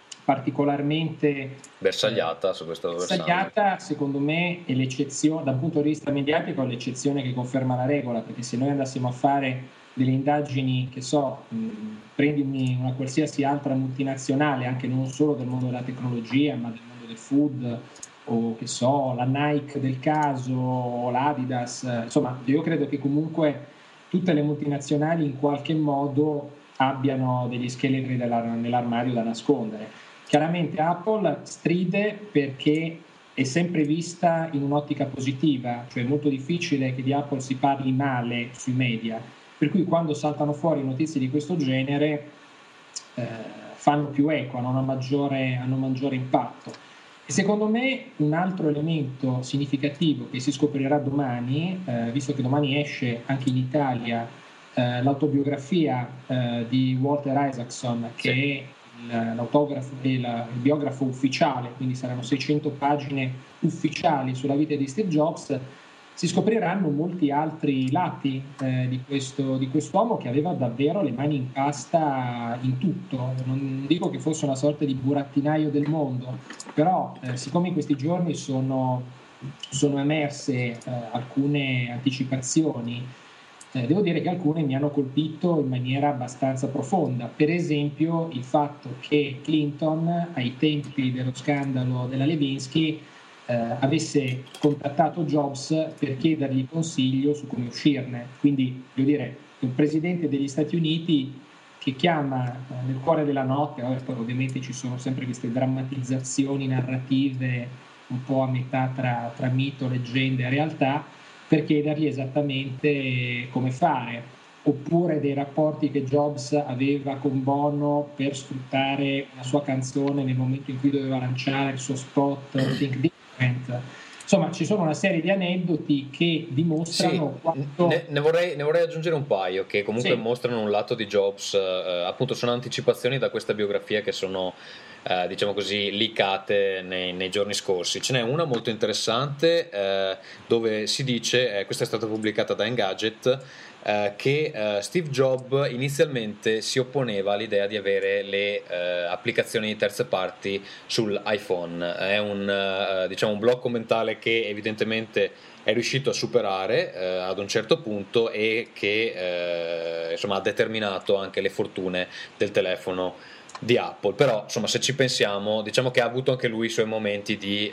particolarmente bersagliata su questo bersagliata, secondo me è l'eccezione, dal punto di vista mediatico, è l'eccezione che conferma la regola, perché se noi andassimo a fare delle indagini, che so, mh, prendi una qualsiasi altra multinazionale, anche non solo del mondo della tecnologia, ma del mondo del food, o che so, la Nike del caso, o l'Adidas, insomma, io credo che comunque tutte le multinazionali in qualche modo abbiano degli scheletri nell'armadio da nascondere. Chiaramente Apple stride perché è sempre vista in un'ottica positiva, cioè è molto difficile che di Apple si parli male sui media, per cui quando saltano fuori notizie di questo genere eh, fanno più eco, hanno, una maggiore, hanno un maggiore impatto. E secondo me un altro elemento significativo che si scoprirà domani, eh, visto che domani esce anche in Italia eh, l'autobiografia eh, di Walter Isaacson, che sì. è l'autografo e la, il biografo ufficiale, quindi saranno seicento pagine ufficiali sulla vita di Steve Jobs, si scopriranno molti altri lati eh, di, questo, di quest'uomo che aveva davvero le mani in pasta in tutto. Non dico che fosse una sorta di burattinaio del mondo, però eh, siccome in questi giorni sono, sono emerse eh, alcune anticipazioni, Eh, devo dire che alcune mi hanno colpito in maniera abbastanza profonda. Per esempio il fatto che Clinton, ai tempi dello scandalo della Lewinsky, eh, avesse contattato Jobs per chiedergli consiglio su come uscirne. Quindi, devo dire, il presidente degli Stati Uniti che chiama eh, nel cuore della notte, poi ovviamente ci sono sempre queste drammatizzazioni narrative un po' a metà tra, tra mito, leggenda e realtà, per chiedergli esattamente come fare, oppure dei rapporti che Jobs aveva con Bono per sfruttare una sua canzone nel momento in cui doveva lanciare il suo spot Think Different. Insomma, ci sono una serie di aneddoti che dimostrano sì, quanto... Ne, ne, vorrei, ne vorrei aggiungere un paio che comunque sì. mostrano un lato di Jobs, eh, appunto sono anticipazioni da questa biografia che sono eh, diciamo così leakate nei, nei giorni scorsi. Ce n'è una molto interessante eh, dove si dice, eh, questa è stata pubblicata da Engadget, eh, che eh, Steve Jobs inizialmente si opponeva all'idea di avere le eh, applicazioni di terze parti sull'iPhone. È un, eh, diciamo un blocco mentale che evidentemente è riuscito a superare eh, ad un certo punto e che eh, insomma ha determinato anche le fortune del telefono di Apple. Però insomma, se ci pensiamo, diciamo che ha avuto anche lui i suoi momenti di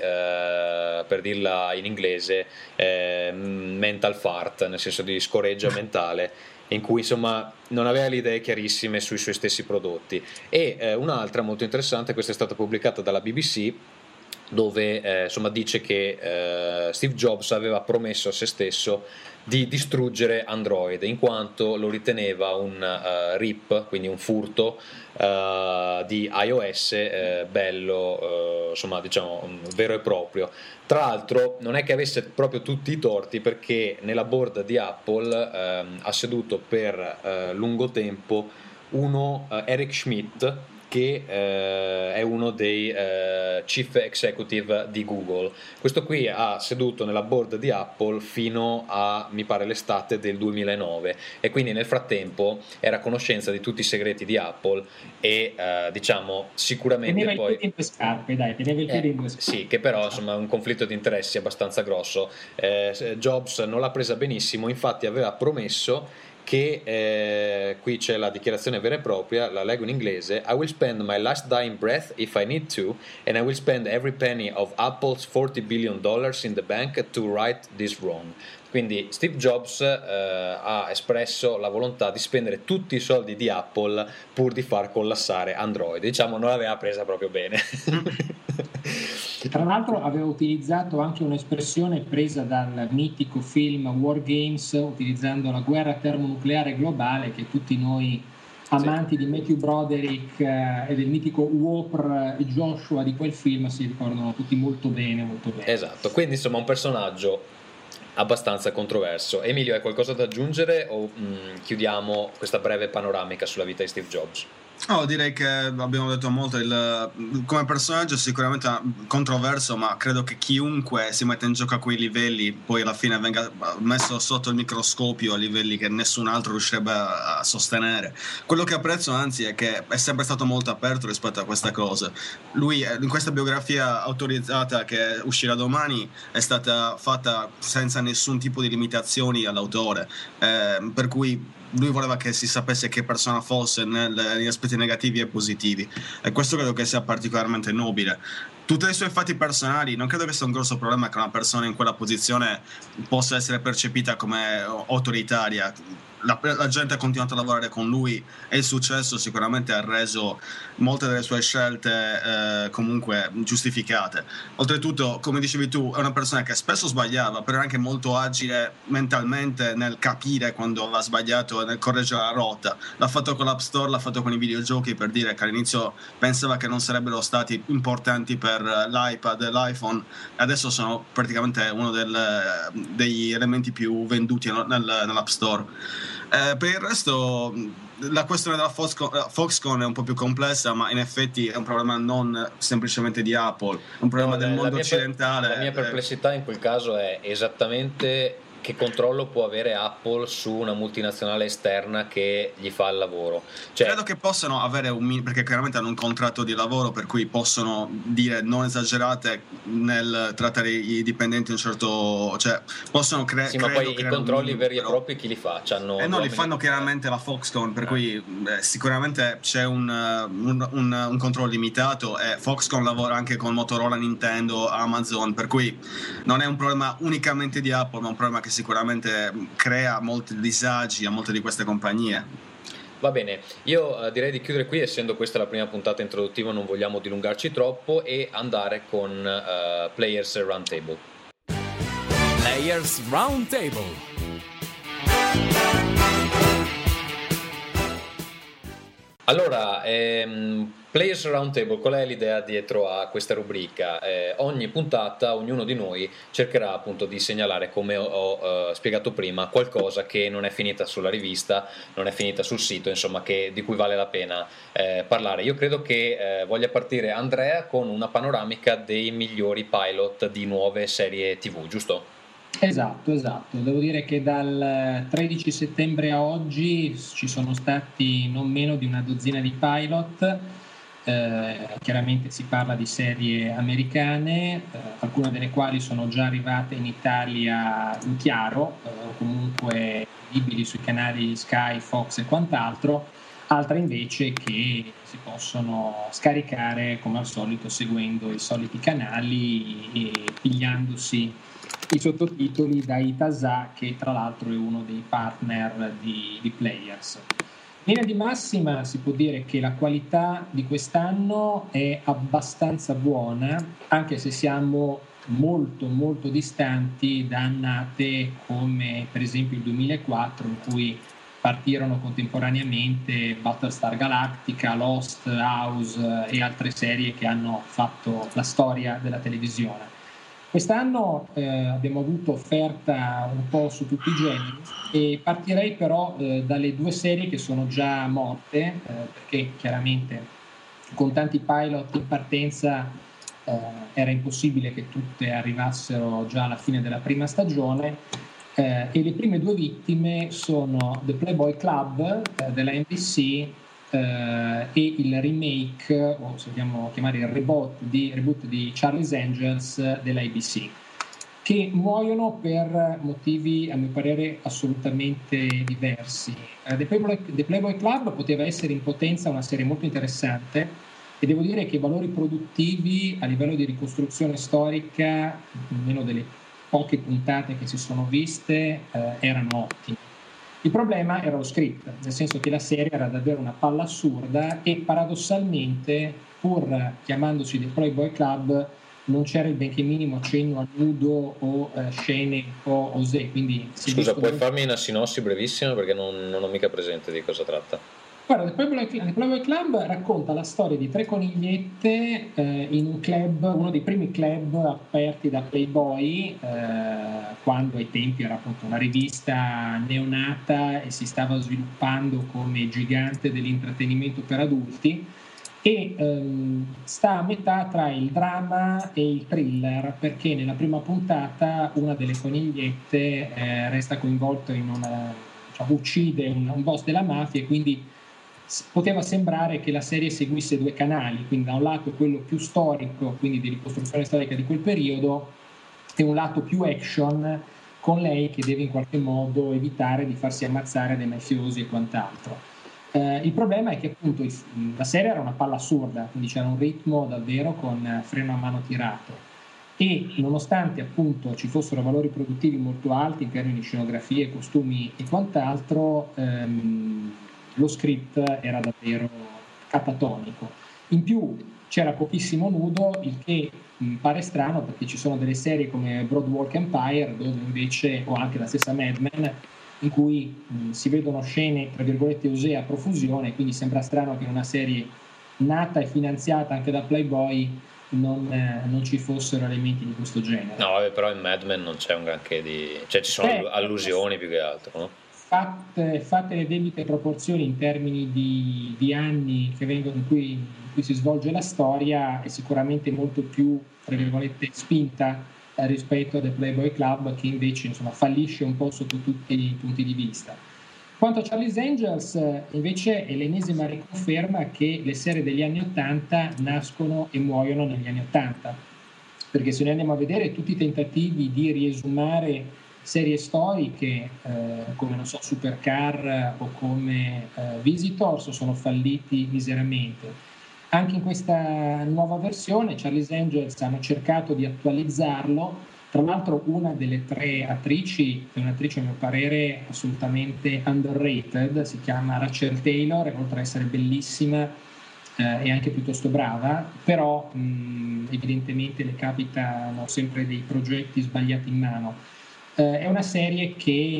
eh, per dirla in inglese eh, mental fart, nel senso di scoreggia mentale, in cui insomma non aveva le idee chiarissime sui suoi stessi prodotti. E eh, un'altra molto interessante, questa è stata pubblicata dalla B B C, dove eh, insomma dice che eh, Steve Jobs aveva promesso a se stesso di distruggere Android in quanto lo riteneva un uh, rip, quindi un furto uh, di iOS uh, bello, uh, insomma diciamo um, vero e proprio. Tra l'altro non è che avesse proprio tutti i torti, perché nella board di Apple uh, ha seduto per uh, lungo tempo uno uh, Eric Schmidt, che eh, è uno dei eh, chief executive di Google. Questo qui ha seduto nella board di Apple fino a, mi pare, l'estate del duemilanove, e quindi nel frattempo era a conoscenza di tutti i segreti di Apple e eh, diciamo sicuramente teneva poi il piede in due scarpe, dai, teneva il piede eh, in due scarpe. sì, che però insomma è un conflitto di interessi abbastanza grosso. eh, Jobs non l'ha presa benissimo, infatti aveva promesso che eh, qui c'è la dichiarazione vera e propria, la leggo in inglese: I will spend my last dying breath if I need to, and I will spend every penny of Apple's forty billion dollars in the bank to right this wrong. Quindi Steve Jobs eh, ha espresso la volontà di spendere tutti i soldi di Apple pur di far collassare Android. Diciamo non l'aveva presa proprio bene. Tra l'altro aveva utilizzato anche un'espressione presa dal mitico film War Games, utilizzando la guerra termonucleare globale, che tutti noi amanti sì. di Matthew Broderick eh, e del mitico Whopper e Joshua di quel film si ricordano tutti molto bene, molto bene. Esatto, quindi insomma un personaggio abbastanza controverso. Emilio, hai qualcosa da aggiungere o mh, chiudiamo questa breve panoramica sulla vita di Steve Jobs? Oh, direi che abbiamo detto molto. Il, come personaggio sicuramente controverso, ma credo che chiunque si metta in gioco a quei livelli poi alla fine venga messo sotto il microscopio a livelli che nessun altro riuscirebbe a sostenere. Quello che apprezzo anzi è che è sempre stato molto aperto rispetto a queste cose. Lui in questa biografia autorizzata che uscirà domani è stata fatta senza nessun tipo di limitazioni all'autore, eh, per cui lui voleva che si sapesse che persona fosse nel, negli aspetti negativi e positivi, e questo credo che sia particolarmente nobile. Tutti i suoi fatti personali non credo che sia un grosso problema che una persona in quella posizione possa essere percepita come autoritaria. La, la gente ha continuato a lavorare con lui e il successo sicuramente ha reso molte delle sue scelte eh, comunque giustificate. Oltretutto, come dicevi tu, è una persona che spesso sbagliava, però è anche molto agile mentalmente nel capire quando aveva sbagliato e nel correggere la rotta. L'ha fatto con l'App Store, l'ha fatto con i videogiochi, per dire che all'inizio pensava che non sarebbero stati importanti per l'iPad e l'iPhone, e adesso sono praticamente uno del, degli elementi più venduti nel, nell'App Store. Eh, per il resto la questione della Foxconn, Foxconn è un po' più complessa, ma in effetti è un problema non semplicemente di Apple, è un problema no, del mondo occidentale. Per, la mia perplessità in quel caso è esattamente che controllo può avere Apple su una multinazionale esterna che gli fa il lavoro. Cioè, credo che possano avere un, perché chiaramente hanno un contratto di lavoro per cui possono dire non esagerate nel trattare i dipendenti un certo, cioè possono cre- sì, ma poi i controlli veri e propri chi li fa? C'hanno eh no, li fanno chiaramente la Foxconn, per eh. cui eh, sicuramente c'è un, un, un, un controllo limitato, e Foxconn lavora anche con Motorola, Nintendo, Amazon, per cui non è un problema unicamente di Apple, ma un problema che sicuramente crea molti disagi a molte di queste compagnie. Va bene, io uh, direi di chiudere qui, essendo questa la prima puntata introduttiva non vogliamo dilungarci troppo, e andare con uh, Players Roundtable. Players Roundtable. Allora, ehm, Players Roundtable, qual è l'idea dietro a questa rubrica? Eh, ogni puntata, ognuno di noi cercherà appunto di segnalare, come ho, ho uh, spiegato prima, qualcosa che non è finita sulla rivista, non è finita sul sito, insomma, che, di cui vale la pena eh, parlare. Io credo che eh, voglia partire Andrea con una panoramica dei migliori pilot di nuove serie tivù, giusto? Esatto, esatto. Devo dire che dal tredici settembre a oggi ci sono stati non meno di una dozzina di pilot. Eh, chiaramente si parla di serie americane, eh, alcune delle quali sono già arrivate in Italia in chiaro, eh, o comunque visibili sui canali Sky, Fox e quant'altro, altre invece che si possono scaricare come al solito seguendo i soliti canali e pigliandosi i sottotitoli da Itasà, che tra l'altro è uno dei partner di, di Players. In linea di massima si può dire che la qualità di quest'anno è abbastanza buona, anche se siamo molto molto distanti da annate come per esempio il duemilaquattro, in cui partirono contemporaneamente Battlestar Galactica, Lost, House e altre serie che hanno fatto la storia della televisione. Quest'anno eh, abbiamo avuto offerta un po' su tutti i generi e partirei però eh, dalle due serie che sono già morte, eh, perché chiaramente con tanti pilot in partenza eh, era impossibile che tutte arrivassero già alla fine della prima stagione, eh, e le prime due vittime sono The Playboy Club eh, della N B C eh, e il remake, o se vogliamo chiamare il reboot di, reboot di Charlie's Angels della A B C, che muoiono per motivi a mio parere assolutamente diversi. Uh, The Playboy, The Playboy Club poteva essere in potenza una serie molto interessante e devo dire che i valori produttivi a livello di ricostruzione storica, almeno delle poche puntate che si sono viste, uh, erano ottimi. Il problema era lo script, nel senso che la serie era davvero una palla assurda e paradossalmente, pur chiamandosi The Playboy Club, non c'era il benché minimo accenno a nudo o eh, scene un po' osè. Quindi scusa, puoi farmi una sinossi brevissima perché non, non ho mica presente di cosa tratta. Guarda, The Playboy, The Playboy Club racconta la storia di tre conigliette eh, in un club, uno dei primi club aperti da Playboy, eh, quando ai tempi era appunto una rivista neonata e si stava sviluppando come gigante dell'intrattenimento per adulti, e ehm, sta a metà tra il dramma e il thriller, perché nella prima puntata una delle conigliette eh, resta coinvolta in una, diciamo, uccide un, un boss della mafia, e quindi poteva sembrare che la serie seguisse due canali, quindi da un lato quello più storico, quindi di ricostruzione storica di quel periodo, e un lato più action con lei che deve in qualche modo evitare di farsi ammazzare dai mafiosi e quant'altro. Eh, il problema è che appunto il, la serie era una palla assurda, quindi c'era un ritmo davvero con freno a mano tirato, e nonostante appunto ci fossero valori produttivi molto alti in termini di scenografie, costumi e quant'altro, ehm, lo script era davvero catatonico. In più c'era pochissimo nudo, il che mh, pare strano perché ci sono delle serie come Boardwalk Empire, dove invece, o anche la stessa Mad Men, in cui mh, si vedono scene tra virgolette osè a profusione, quindi sembra strano che in una serie nata e finanziata anche da Playboy non, eh, non ci fossero elementi di questo genere. No, vabbè, però in Mad Men non c'è un granché di... cioè ci sono eh, allusioni più che altro, no? Fatte, fatte le debite proporzioni in termini di, di anni che vengono, in, cui, in cui si svolge la storia, è sicuramente molto più, tra virgolette, spinta eh, rispetto a The Playboy Club, che invece insomma fallisce un po' sotto tutti i punti di vista. Quanto a Charlie's Angels, invece, è l'ennesima riconferma che le serie degli anni Ottanta nascono e muoiono negli anni Ottanta, perché se noi andiamo a vedere tutti i tentativi di riesumare serie storiche eh, come non so Supercar o come eh, Visitors sono falliti miseramente. Anche in questa nuova versione Charlie's Angels hanno cercato di attualizzarlo. Tra l'altro una delle tre attrici è un'attrice a mio parere assolutamente underrated, si chiama Rachel Taylor, e oltre ad essere bellissima eh, è anche piuttosto brava, però mh, evidentemente le capitano sempre dei progetti sbagliati in mano. È una serie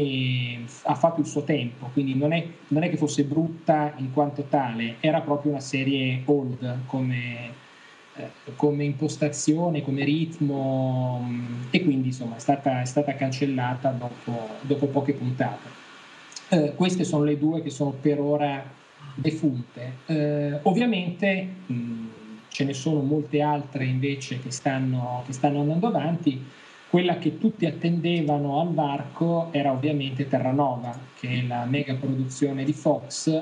che ha fatto il suo tempo, quindi non è, non è che fosse brutta in quanto tale, era proprio una serie old come, eh, come impostazione, come ritmo, e quindi insomma è stata, è stata cancellata dopo, dopo poche puntate. Eh, queste sono le due che sono per ora defunte. Eh, ovviamente mh, ce ne sono molte altre invece che stanno, che stanno andando avanti. Quella che tutti attendevano al varco era ovviamente Terranova, che è la mega produzione di Fox,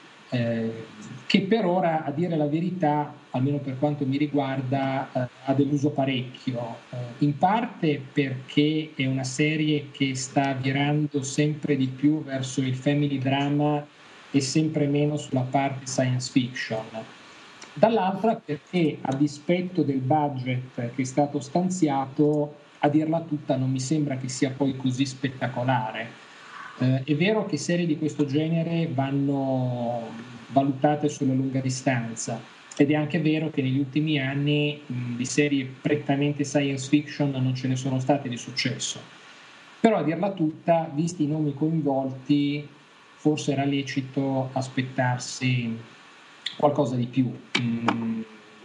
eh, che per ora, a dire la verità, almeno per quanto mi riguarda, eh, ha deluso parecchio, eh, in parte perché è una serie che sta virando sempre di più verso il family drama e sempre meno sulla parte science fiction. Dall'altra perché, a dispetto del budget che è stato stanziato, a dirla tutta non mi sembra che sia poi così spettacolare. Eh, è vero che serie di questo genere vanno valutate sulla lunga distanza, ed è anche vero che negli ultimi anni mh, di serie prettamente science fiction non ce ne sono state di successo. Però a dirla tutta, visti i nomi coinvolti, forse era lecito aspettarsi qualcosa di più. Mm,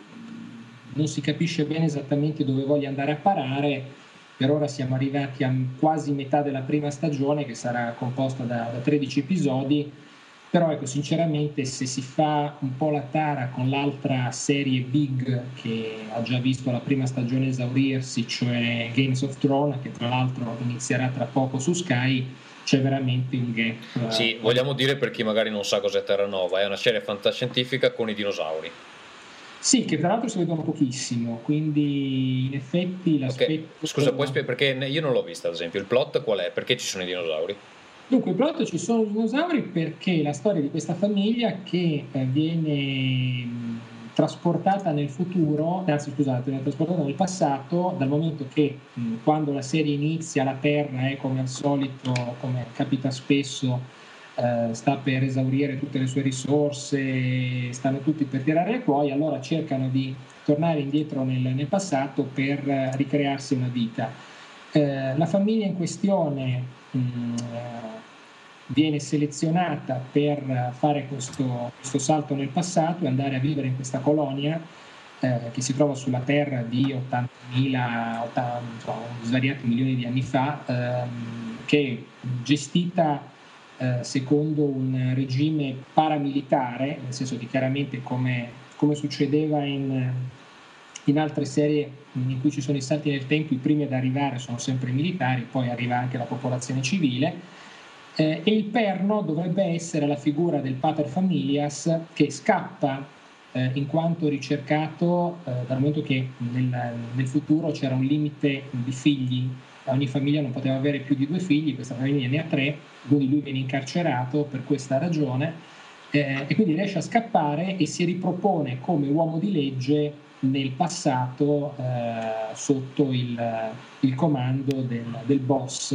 non si capisce bene esattamente dove voglia andare a parare. Per ora siamo arrivati a quasi metà della prima stagione, che sarà composta da, da tredici episodi, però ecco, sinceramente, se si fa un po' la tara con l'altra serie big che ha già visto la prima stagione esaurirsi, cioè Games of Thrones, che tra l'altro inizierà tra poco su Sky, c'è veramente un gap. Sì, vogliamo dire, per chi magari non sa cos'è Terranova, è una serie fantascientifica con i dinosauri. Sì, che tra l'altro si vedono pochissimo, quindi in effetti l'aspetto... Okay. Scusa, puoi spiegare, perché io non l'ho vista ad esempio, il plot qual è? Perché ci sono i dinosauri? Dunque, il plot ci sono i dinosauri perché la storia di questa famiglia che eh, viene mh, trasportata nel futuro, anzi scusate, viene trasportata nel passato, dal momento che mh, quando la serie inizia la Terra è come al solito, come capita spesso, eh, sta per esaurire tutte le sue risorse, stanno tutti per tirare le cuoia, allora cercano di tornare indietro nel, nel passato per eh, ricrearsi una vita. Eh, la famiglia in questione mh, viene selezionata per fare questo, questo salto nel passato e andare a vivere in questa colonia eh, che si trova sulla Terra di ottantamila, ottanta, svariati milioni di anni fa, ehm, che è gestita eh, secondo un regime paramilitare, nel senso che chiaramente come, come succedeva in, in altre serie in cui ci sono i salti nel tempo, i primi ad arrivare sono sempre i militari, poi arriva anche la popolazione civile. Eh, e il perno dovrebbe essere la figura del pater familias che scappa eh, in quanto ricercato eh, dal momento che nel, nel futuro c'era un limite di figli, ogni famiglia non poteva avere più di due figli, questa famiglia ne ha tre, quindi lui viene incarcerato per questa ragione eh, e quindi riesce a scappare e si ripropone come uomo di legge nel passato eh, sotto il, il comando del, del boss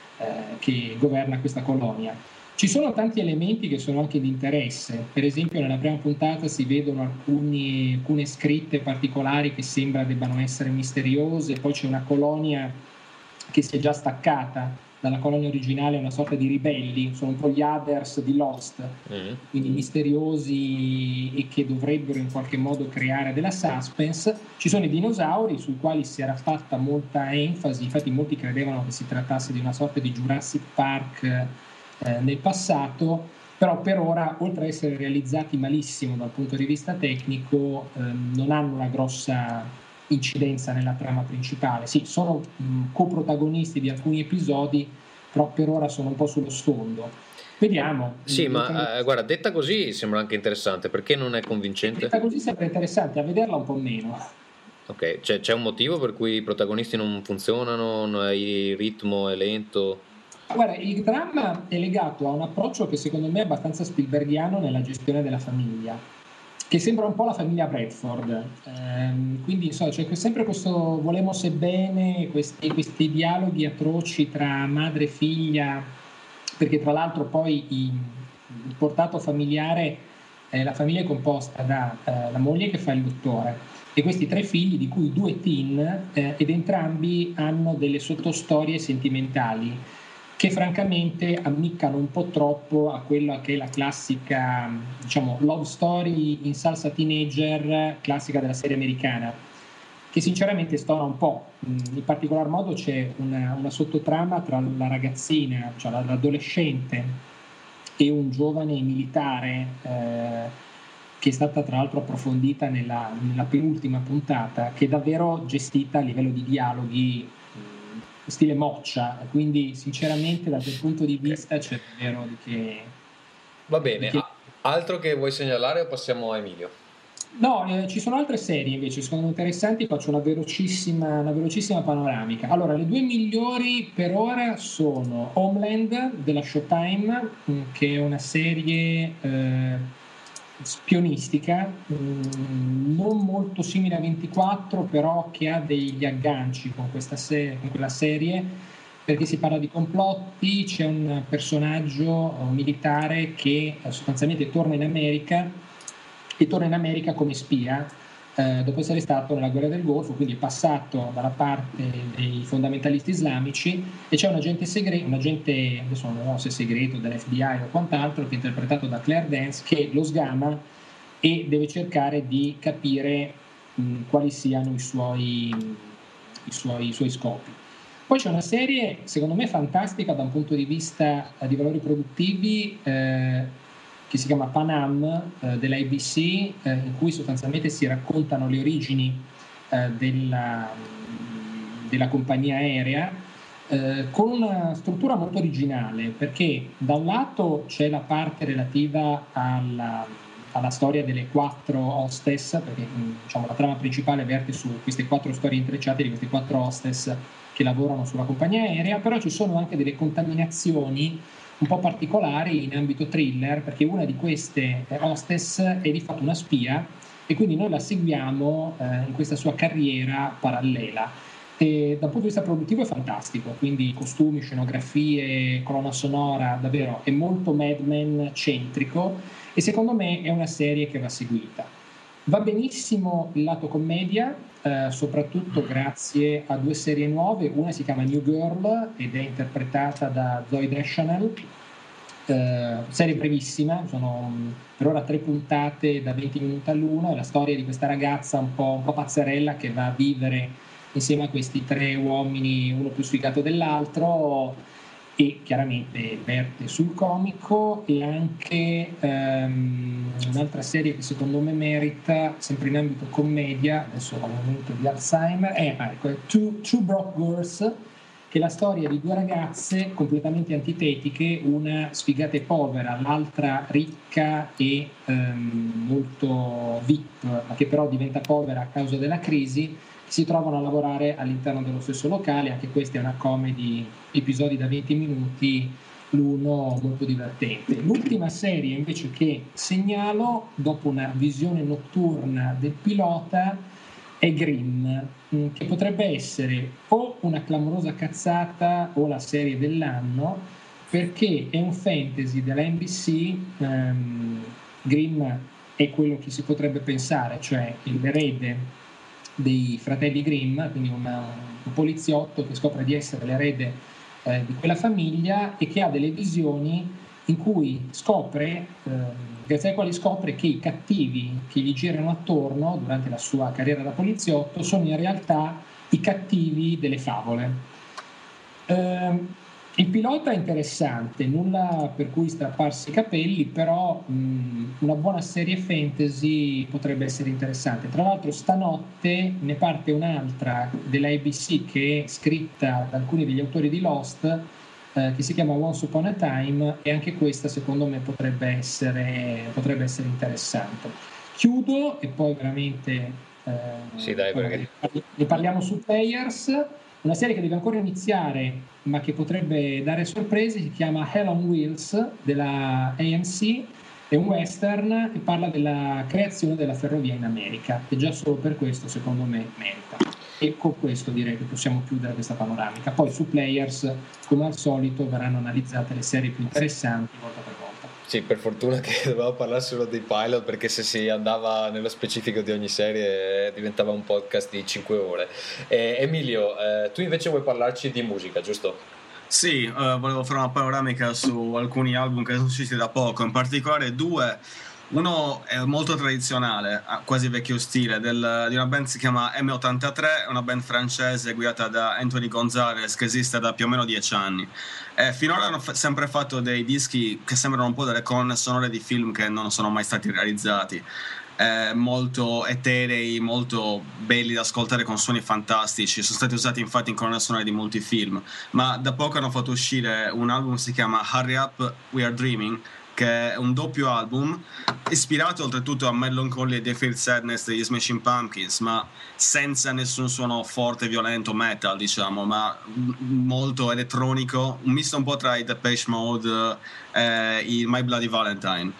Eh, che governa questa colonia. Ci sono tanti elementi che sono anche di interesse, per esempio nella prima puntata si vedono alcuni, alcune scritte particolari che sembra debbano essere misteriose, poi c'è una colonia che si è già staccata dalla colonia originale, una sorta di ribelli, sono un po' gli Others di Lost, mm. quindi misteriosi e che dovrebbero in qualche modo creare della suspense. Ci sono i dinosauri sui quali si era fatta molta enfasi, infatti molti credevano che si trattasse di una sorta di Jurassic Park eh, nel passato, però per ora, oltre ad essere realizzati malissimo dal punto di vista tecnico, ehm, non hanno una grossa incidenza nella trama principale. Sì, sono mh, coprotagonisti di alcuni episodi, però per ora sono un po' sullo sfondo. Vediamo. Sì, ma eh, guarda, detta così sembra anche interessante. Perché non è convincente? Detta così sembra interessante, a vederla un po' meno. Ok, c'è, c'è un motivo per cui i protagonisti non funzionano, il ritmo è lento? Guarda, il dramma è legato a un approccio che secondo me è abbastanza Spielbergiano nella gestione della famiglia, che sembra un po' la famiglia Bradford, ehm, quindi so, c'è sempre questo volemo bene, questi, questi dialoghi atroci tra madre e figlia, perché tra l'altro poi i, il portato familiare, eh, la famiglia è composta da eh, la moglie che fa il dottore e questi tre figli, di cui due teen, eh, ed entrambi hanno delle sottostorie sentimentali che francamente ammiccano un po' troppo a quella che è la classica, diciamo, love story in salsa teenager classica della serie americana, che sinceramente stona un po'. In particolar modo c'è una, una sottotrama tra la ragazzina, cioè l'adolescente, e un giovane militare eh, che è stata tra l'altro approfondita nella, nella penultima puntata, che è davvero gestita a livello di dialoghi stile moccia, quindi sinceramente da quel punto di vista c'è davvero di che... Va bene, che... altro che vuoi segnalare o passiamo a Emilio? No, eh, ci sono altre serie invece, secondo me interessanti, faccio una velocissima, una velocissima panoramica. Allora, le due migliori per ora sono Homeland della Showtime, mh, che è una serie eh, spionistica, mh, non molto simile a ventiquattro, però che ha degli agganci con questa serie, con quella serie, perché si parla di complotti. C'è un personaggio un militare che sostanzialmente torna in America e torna in America come spia eh, dopo essere stato nella guerra del Golfo, quindi è passato dalla parte dei fondamentalisti islamici, e c'è un agente segreto, un agente, adesso non so se segreto, dell'F B I o quant'altro, che è interpretato da Claire Dance, che lo sgama e deve cercare di capire mh, quali siano i suoi, i, suoi, i sui scopi. Poi c'è una serie, secondo me, fantastica da un punto di vista eh, di valori produttivi, eh, che si chiama Pan Am, eh, dell'A B C, eh, in cui sostanzialmente si raccontano le origini eh, della, della compagnia aerea, eh, con una struttura molto originale, perché da un lato c'è la parte relativa alla, alla storia delle quattro hostess, perché diciamo, la trama principale verte su queste quattro storie intrecciate di queste quattro hostess che lavorano sulla compagnia aerea, però ci sono anche delle contaminazioni un po' particolari in ambito thriller, perché una di queste hostess è di fatto una spia e quindi noi la seguiamo eh, in questa sua carriera parallela. E dal punto di vista produttivo è fantastico, quindi costumi, scenografie, colonna sonora, davvero è molto Mad Men centrico, e secondo me è una serie che va seguita. Va benissimo il lato commedia, eh, soprattutto grazie a due serie nuove. Una si chiama New Girl ed è interpretata da Zooey Deschanel, eh, serie brevissima, sono per ora tre puntate da venti minuti all'uno. È la storia di questa ragazza un po', un po' pazzerella che va a vivere insieme a questi tre uomini, uno più sfigato dell'altro, e chiaramente verte sul comico. E anche um, un'altra serie che secondo me merita, sempre in ambito commedia, adesso ho un momento di Alzheimer, è ecco, Two, Two Broke Girls, che è la storia di due ragazze completamente antitetiche, una sfigata e povera, l'altra ricca e um, molto V I P, ma che però diventa povera a causa della crisi. Si trovano a lavorare all'interno dello stesso locale. Anche questa è una comedy, episodi da venti minuti l'uno, molto divertente. L'ultima serie invece che segnalo, dopo una visione notturna del pilota, è Grimm, che potrebbe essere o una clamorosa cazzata o la serie dell'anno, perché è un fantasy della N B C. um, Grimm è quello che si potrebbe pensare, cioè l'erede dei fratelli Grimm, quindi una, un poliziotto che scopre di essere l'erede eh, di quella famiglia, e che ha delle visioni in cui scopre, eh, grazie ai quali scopre che i cattivi che gli girano attorno durante la sua carriera da poliziotto sono in realtà i cattivi delle favole. Eh, il pilota è interessante, nulla per cui strapparsi i capelli, però mh, una buona serie fantasy potrebbe essere interessante. Tra l'altro stanotte ne parte un'altra della A B C, che è scritta da alcuni degli autori di Lost, eh, che si chiama Once Upon a Time, e anche questa secondo me potrebbe essere, potrebbe essere interessante. Chiudo e poi veramente eh, sì, dai, perché... ne parliamo su Players. Una serie che deve ancora iniziare ma che potrebbe dare sorprese si chiama Hell on Wheels della A M C, è un western e parla della creazione della ferrovia in America, e già solo per questo secondo me merita. E con questo direi che possiamo chiudere questa panoramica. Poi su Players, come al solito, verranno analizzate le serie più interessanti volta per volta. Sì, per fortuna che dovevamo parlare solo dei pilot, perché se si andava nello specifico di ogni serie diventava un podcast di cinque ore. Eh, Emilio, eh, tu invece vuoi parlarci di musica, giusto? Sì, eh, volevo fare una panoramica su alcuni album che sono usciti da poco, in particolare due. Uno è molto tradizionale, quasi vecchio stile, del, di una band che si chiama M ottantatré, una band francese guidata da Anthony Gonzalez, che esiste da più o meno dieci anni. Eh, finora hanno f- sempre fatto dei dischi che sembrano un po' delle colonne sonore di film che non sono mai stati realizzati. Eh, molto eterei, molto belli da ascoltare, con suoni fantastici. Sono stati usati infatti in colonne sonore di molti film. Ma da poco hanno fatto uscire un album che si chiama Hurry Up, We Are Dreaming, che è un doppio album ispirato oltretutto a Melancholy e The Feel Sadness degli Smashing Pumpkins, ma senza nessun suono forte, violento, metal, diciamo, ma molto elettronico, un misto un po' tra i Depeche Mode e i My Bloody Valentine.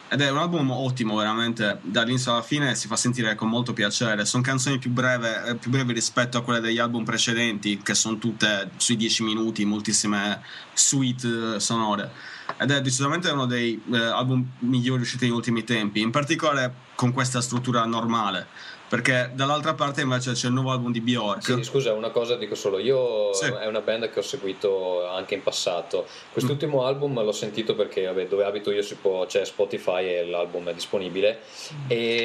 ed è un album ottimo, veramente, dall'inizio alla fine si fa sentire con molto piacere. Sono canzoni più breve, più brevi rispetto a quelle degli album precedenti, che sono tutte sui dieci minuti, moltissime suite sonore, ed è decisamente uno dei eh, album migliori usciti negli ultimi tempi, in particolare con questa struttura normale. Perché dall'altra parte invece c'è il nuovo album di Bjork. Sì, scusa, una cosa dico solo io, sì. È una band che ho seguito anche in passato. Quest'ultimo mm. album l'ho sentito perché vabbè, dove abito io si può, c'è Spotify e l'album è disponibile, mm.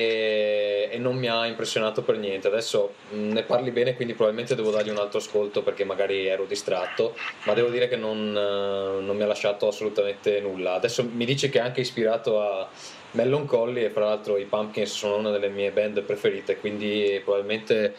e, e non mi ha impressionato per niente. Adesso mh, ne parli bene, quindi probabilmente devo dargli un altro ascolto perché magari ero distratto, ma devo dire che non, non mi ha lasciato assolutamente nulla. Adesso mi dice che è anche ispirato a Melancholy, e fra l'altro i Pumpkins sono una delle mie band preferite, quindi probabilmente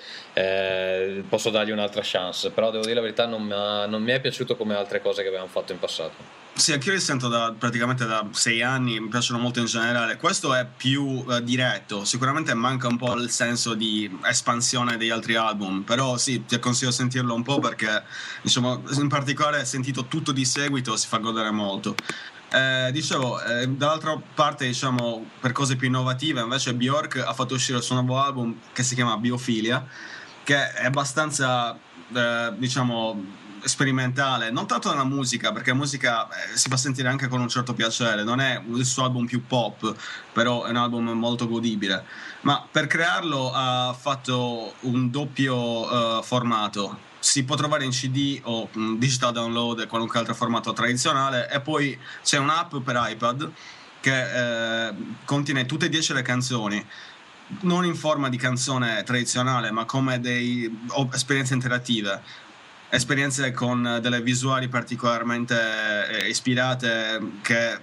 eh, posso dargli un'altra chance, però devo dire la verità, non mi, ha, non mi è piaciuto come altre cose che avevamo fatto in passato. Sì, anch'io li sento da, praticamente da sei anni, mi piacciono molto in generale. Questo è più eh, diretto, sicuramente manca un po' il senso di espansione degli altri album, però sì, ti consiglio di sentirlo un po' perché, diciamo, in particolare sentito tutto di seguito si fa godere molto. Eh, dicevo, eh, dall'altra parte, diciamo, per cose più innovative, invece Bjork ha fatto uscire il suo nuovo album che si chiama Biophilia, che è abbastanza, eh, diciamo, sperimentale, non tanto nella musica, perché la musica eh, si fa sentire anche con un certo piacere, non è il suo album più pop, però è un album molto godibile, ma per crearlo ha fatto un doppio uh, formato. Si può trovare in C D o um, digital download e qualunque altro formato tradizionale, e poi c'è un'app per iPad che eh, contiene tutte e dieci le canzoni, non in forma di canzone tradizionale, ma come dei oh, esperienze interattive, esperienze con delle visuali particolarmente eh, ispirate, che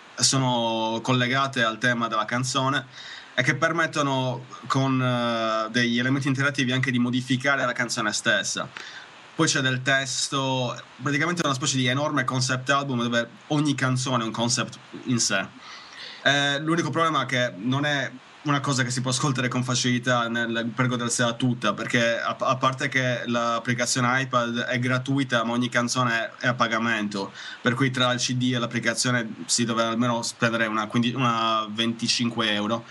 sono collegate al tema della canzone e che permettono con uh, degli elementi interattivi anche di modificare la canzone stessa. Poi c'è del testo, praticamente una specie di enorme concept album dove ogni canzone è un concept in sé. Eh, l'unico problema è che non è una cosa che si può ascoltare con facilità nel, per godersela tutta, perché a, a parte che l'applicazione iPad è gratuita, ma ogni canzone è a pagamento, per cui tra il C D e l'applicazione si deve almeno spendere una, quindi una venticinque euro.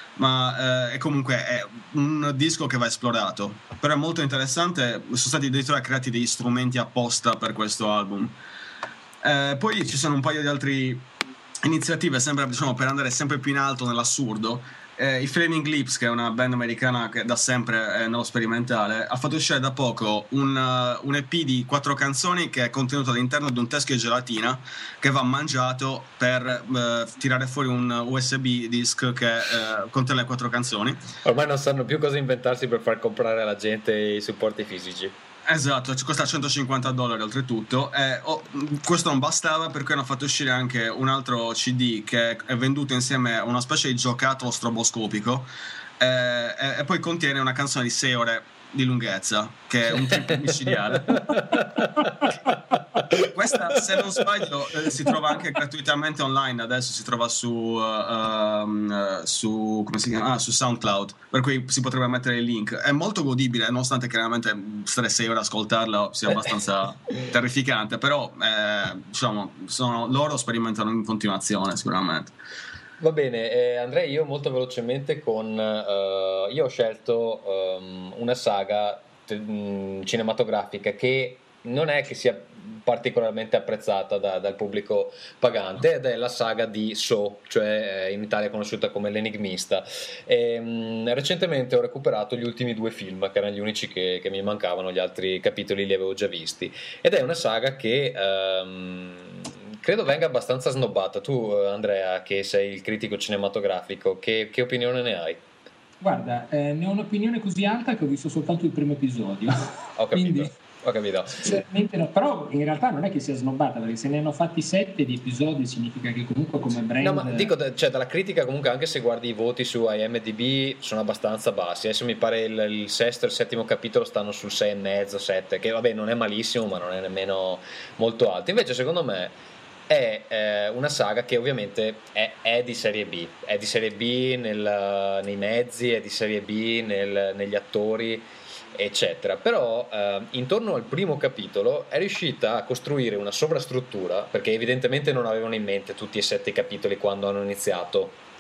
Ma eh, è comunque è un disco che va esplorato, però è molto interessante. Sono stati addirittura creati degli strumenti apposta per questo album. Eh, poi ci sono un paio di altre iniziative sempre, diciamo, per andare sempre più in alto nell'assurdo. Eh, i Flaming Lips, che è una band americana che da sempre è nello sperimentale, ha fatto uscire da poco un, uh, un E P di quattro canzoni che è contenuto all'interno di un teschio di gelatina che va mangiato per uh, tirare fuori un U S B disc che uh, contiene le quattro canzoni. Ormai non sanno più cosa inventarsi per far comprare alla gente i supporti fisici. Esatto, costa centocinquanta dollari oltretutto. Eh, oh, questo non bastava, per cui hanno fatto uscire anche un altro C D che è venduto insieme a una specie di giocattolo stroboscopico, eh, e, e poi contiene una canzone di sei ore di lunghezza, che è un trip micidiale. Questa, se non sbaglio, eh, si trova anche gratuitamente online, adesso si trova su, uh, um, su, come si chiama? Ah, su SoundCloud, per cui si potrebbe mettere il link. È molto godibile, nonostante chiaramente stare sei ore ad ascoltarlo sia abbastanza terrificante, però eh, diciamo, sono, loro sperimentano in continuazione sicuramente. Va bene, eh, andrei io molto velocemente con uh, io ho scelto um, una saga te- mh, cinematografica che non è che sia particolarmente apprezzata da, dal pubblico pagante, ed è la saga di Saw, cioè in Italia conosciuta come L'Enigmista. E, mh, recentemente ho recuperato gli ultimi due film, che erano gli unici che, che mi mancavano, gli altri capitoli li avevo già visti, ed è una saga che um, credo venga abbastanza snobbata. Tu, Andrea, che sei il critico cinematografico, che, che opinione ne hai? Guarda, eh, ne ho un'opinione così alta che ho visto soltanto il primo episodio. Ho capito. Quindi, ho capito. No, però in realtà non è che sia snobbata, perché se ne hanno fatti sette di episodi significa che comunque come brand... No, ma dico, cioè, dalla critica comunque, anche se guardi i voti su I M D B, sono abbastanza bassi. Adesso mi pare il, il sesto e il settimo capitolo stanno sul sei e mezzo, sette, che vabbè non è malissimo, ma non è nemmeno molto alto. Invece secondo me è eh, una saga che ovviamente è, è di serie B, è di serie B nel, nei mezzi, è di serie B nel, negli attori, eccetera. Però eh, intorno al primo capitolo è riuscita a costruire una sovrastruttura, perché evidentemente non avevano in mente tutti e sette i capitoli quando hanno iniziato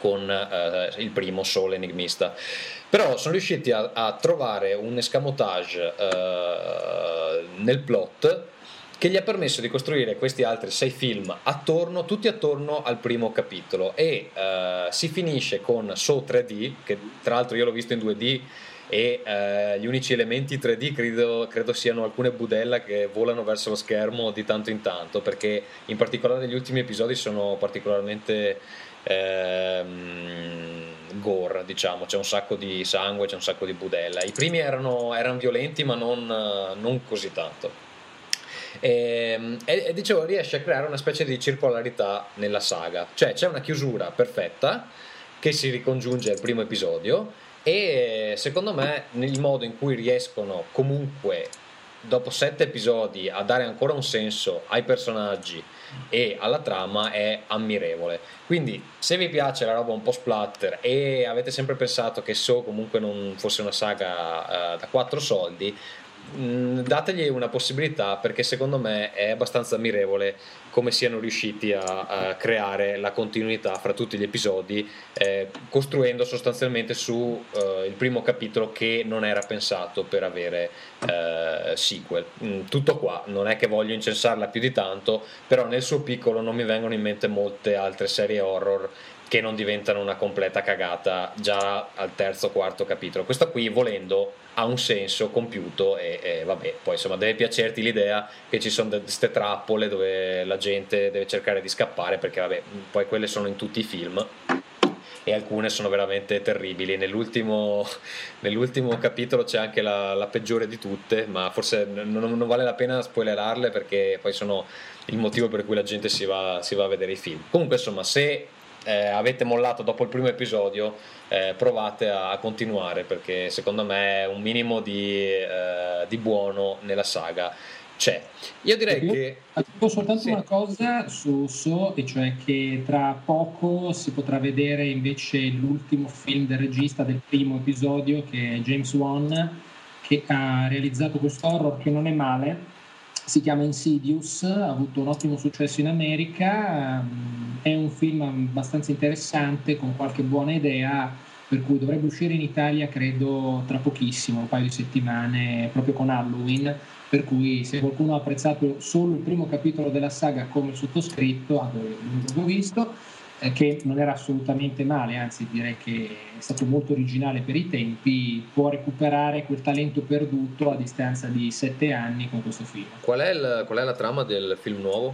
con eh, il primo Solo Enigmista. Però sono riusciti a, a trovare un escamotage eh, nel plot che gli ha permesso di costruire questi altri sei film attorno, tutti attorno al primo capitolo, e eh, si finisce con Saw tre D, che tra l'altro io l'ho visto in due D, e eh, gli unici elementi tre D credo, credo siano alcune budella che volano verso lo schermo di tanto in tanto, perché in particolare gli ultimi episodi sono particolarmente ehm, gore, diciamo, c'è un sacco di sangue, c'è un sacco di budella. I primi erano, erano violenti, ma non, non così tanto. E, e, e dicevo, riesce a creare una specie di circolarità nella saga, cioè c'è una chiusura perfetta che si ricongiunge al primo episodio, e secondo me il modo in cui riescono comunque dopo sette episodi a dare ancora un senso ai personaggi e alla trama è ammirevole. Quindi se vi piace la roba un po' splatter e avete sempre pensato che So comunque non fosse una saga uh, da quattro soldi, mh, dategli una possibilità, perché secondo me è abbastanza ammirevole come siano riusciti a, a creare la continuità fra tutti gli episodi, eh, costruendo sostanzialmente su eh, il primo capitolo che non era pensato per avere eh, sequel. Mm, tutto qua, non è che voglio incensarla più di tanto, però nel suo piccolo non mi vengono in mente molte altre serie horror che non diventano una completa cagata già al terzo o quarto capitolo. Questo qui, volendo, ha un senso compiuto, e, e vabbè, poi insomma deve piacerti l'idea che ci sono queste trappole dove la gente deve cercare di scappare, perché vabbè, poi quelle sono in tutti i film e alcune sono veramente terribili. Nell'ultimo, nell'ultimo capitolo c'è anche la, la peggiore di tutte, ma forse non, non vale la pena spoilerarle, perché poi sono il motivo per cui la gente si va, si va a vedere i film. Comunque insomma, se Eh, avete mollato dopo il primo episodio, eh, provate a, a continuare, perché secondo me un minimo di, eh, di buono nella saga c'è. Io direi io che aggiungo soltanto sì. una cosa su So, e cioè che tra poco si potrà vedere invece l'ultimo film del regista del primo episodio, che è James Wan, che ha realizzato questo horror che non è male. Si chiama Insidious, ha avuto un ottimo successo in America, è un film abbastanza interessante con qualche buona idea, per cui dovrebbe uscire in Italia credo tra pochissimo, un paio di settimane, proprio con Halloween, per cui se qualcuno ha apprezzato solo il primo capitolo della saga come il sottoscritto, l'unico che ho visto, eh, che non era assolutamente male, anzi direi che è stato molto originale per i tempi, può recuperare quel talento perduto a distanza di sette anni con questo film. Qual è, il, qual è la trama del film nuovo?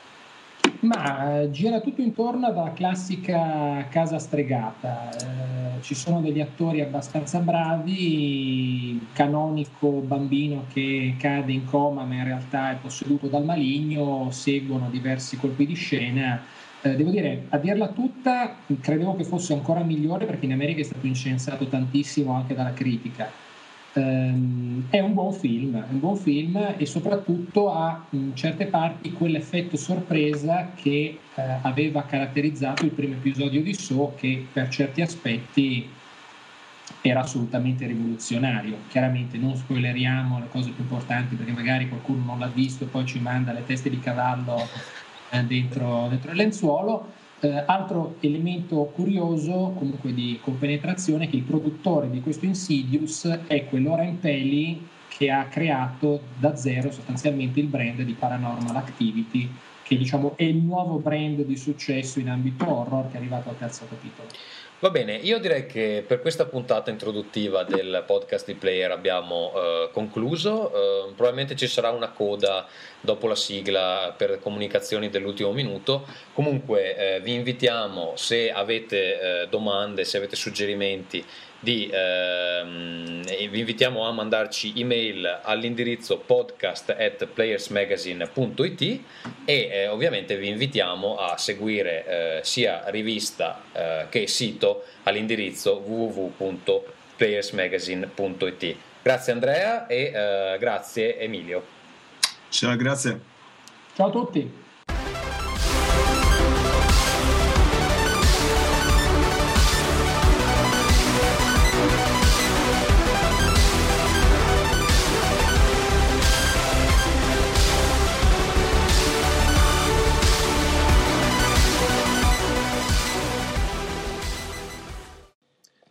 Ma eh, gira tutto intorno alla classica casa stregata, eh, ci sono degli attori abbastanza bravi, canonico bambino che cade in coma ma in realtà è posseduto dal maligno, seguono diversi colpi di scena. Eh, devo dire, a dirla tutta, credevo che fosse ancora migliore, perché in America è stato incensato tantissimo anche dalla critica. Um, è un buon film, è un buon film e soprattutto ha in certe parti quell'effetto sorpresa che eh, aveva caratterizzato il primo episodio di So, che per certi aspetti era assolutamente rivoluzionario. Chiaramente non spoileriamo le cose più importanti, perché magari qualcuno non l'ha visto e poi ci manda le teste di cavallo eh, dentro, dentro il lenzuolo. Eh, altro elemento curioso comunque di compenetrazione è che il produttore di questo Insidious è quell'Oren Peli che ha creato da zero sostanzialmente il brand di Paranormal Activity, che diciamo è il nuovo brand di successo in ambito horror, che è arrivato al terzo capitolo. Va bene, io direi che per questa puntata introduttiva del podcast di Player abbiamo eh, concluso. Eh, probabilmente ci sarà una coda dopo la sigla per comunicazioni dell'ultimo minuto. Comunque eh, vi invitiamo, se avete eh, domande, se avete suggerimenti, di, ehm, vi invitiamo a mandarci email all'indirizzo podcast at playersmagazine punto it e eh, ovviamente vi invitiamo a seguire eh, sia rivista eh, che sito all'indirizzo w w w punto playersmagazine punto it. Grazie Andrea e eh, grazie Emilio. Ciao, grazie. Ciao a tutti.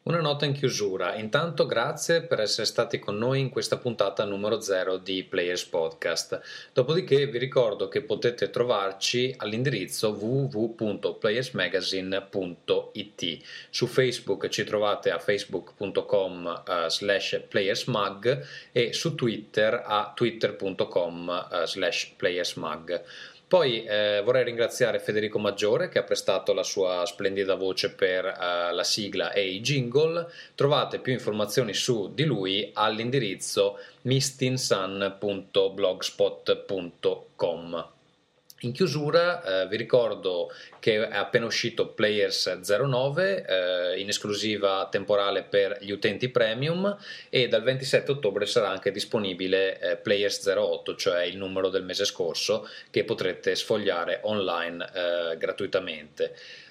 Una nota in chiusura. Intanto grazie per essere stati con noi in questa puntata numero zero di Players Podcast. Dopodiché vi ricordo che potete trovarci all'indirizzo w w w punto players magazine punto i t. Su Facebook ci trovate a facebook punto com uh, slash playersmag e su Twitter a twitter punto com uh, slash playersmag. Poi eh, vorrei ringraziare Federico Maggiore che ha prestato la sua splendida voce per uh, la sigla e i jingle. Trovate più informazioni su di lui all'indirizzo mistinsun punto blogspot punto com. In chiusura eh, vi ricordo che è appena uscito Players zero nove eh, in esclusiva temporale per gli utenti premium, e dal ventisette ottobre sarà anche disponibile eh, Players zero otto, cioè il numero del mese scorso, che potrete sfogliare online eh, gratuitamente.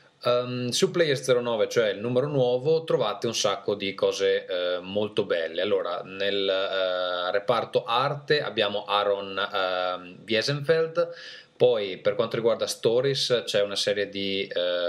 Um, su Players zero nove, cioè il numero nuovo, trovate un sacco di cose uh, molto belle. Allora, nel uh, reparto arte abbiamo Aaron uh, Wiesenfeld. Poi per quanto riguarda Stories c'è una serie di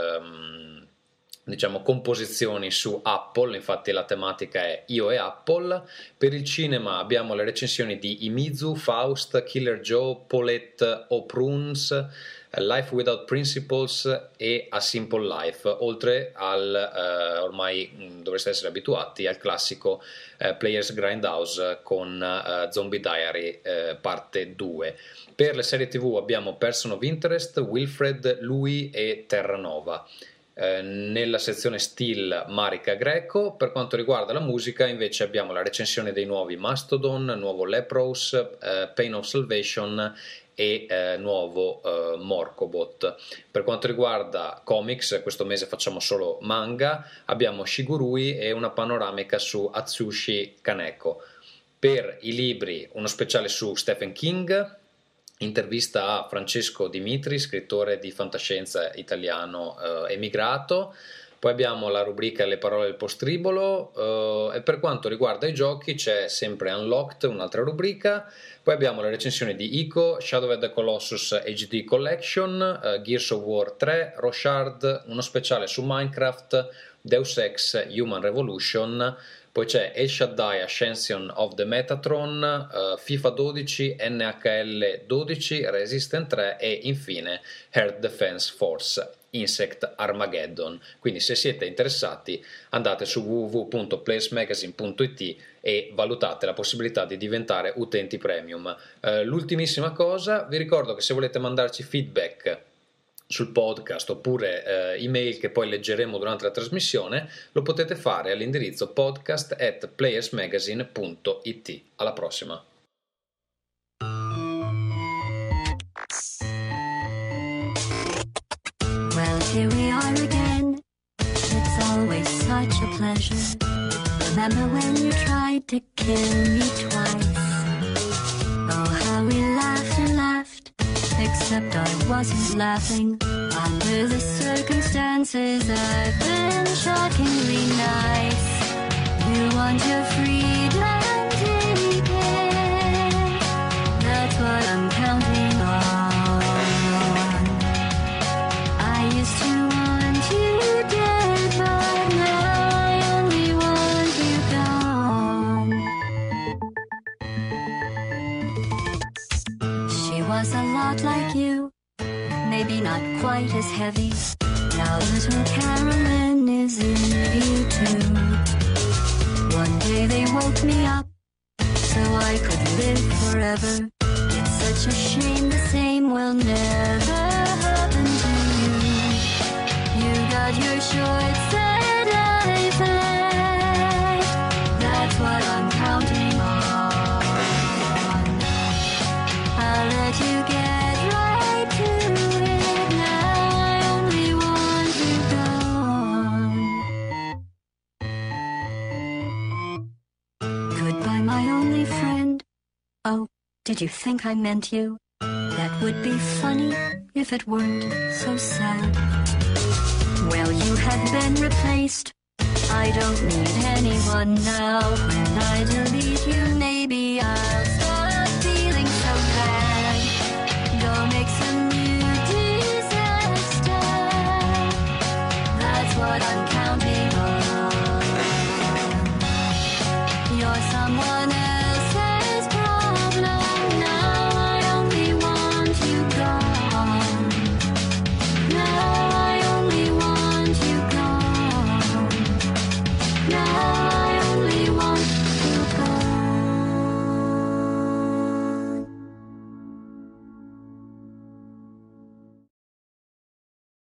uh, diciamo composizioni su Apple, infatti la tematica è Io e Apple. Per il cinema abbiamo le recensioni di Imizu, Faust, Killer Joe, Paulette O'Prunes, Life Without Principles e A Simple Life, oltre al eh, ormai mh, dovreste essere abituati al classico eh, Players Grindhouse con eh, Zombie Diary eh, parte due. Per le serie tv abbiamo Person of Interest, Wilfred, Louis e Terranova. Eh, nella sezione Still Marika Greco. Per quanto riguarda la musica invece abbiamo la recensione dei nuovi Mastodon, nuovo Leprose, eh, Pain of Salvation e eh, nuovo eh, Morkobot. Per quanto riguarda comics, questo mese facciamo solo manga, abbiamo Shigurui e una panoramica su Atsushi Kaneko. Per i libri uno speciale su Stephen King, intervista a Francesco Dimitri, scrittore di fantascienza italiano eh, emigrato. Poi abbiamo la rubrica Le parole del postribolo eh, e per quanto riguarda i giochi c'è sempre Unlocked, un'altra rubrica. Poi abbiamo le recensioni di Ico, Shadow of the Colossus H D Collection, eh, Gears of War tre, Roshard, uno speciale su Minecraft, Deus Ex Human Revolution. Poi c'è El Shaddai Ascension of the Metatron, uh, FIFA dodici, N H L dodici, Resistance tre e infine Air Defense Force Insect Armageddon. Quindi se siete interessati andate su w w w punto players magazine punto i t e valutate la possibilità di diventare utenti premium. Uh, l'ultimissima cosa, vi ricordo che se volete mandarci feedback sul podcast oppure eh, email che poi leggeremo durante la trasmissione, lo potete fare all'indirizzo podcast at playersmagazine punto i t. Alla prossima. Well, here we are again. It's always such a pleasure. Remember when you tried to kill me twice? Oh, how we laughed and laughed. Except I wasn't laughing. Under the circumstances, I've been shockingly nice. You want your freedom, take it. That's what I'm counting on. I used to want you dead, but now I only want you gone. She was a lot like you, maybe not quite as heavy. Now little Carolyn is in you too. One day they woke me up so I could live forever. It's such a shame the same will never happen to you. You got your shorts and I've left. That's what I'm counting on. I'll let you get right to it. Now I only want you gone. Goodbye, my only friend. Oh, did you think I meant you? That would be funny if it weren't so sad. Well, you have been replaced. I don't need anyone now. When I delete you, maybe I'll stop feeling so bad. Go make some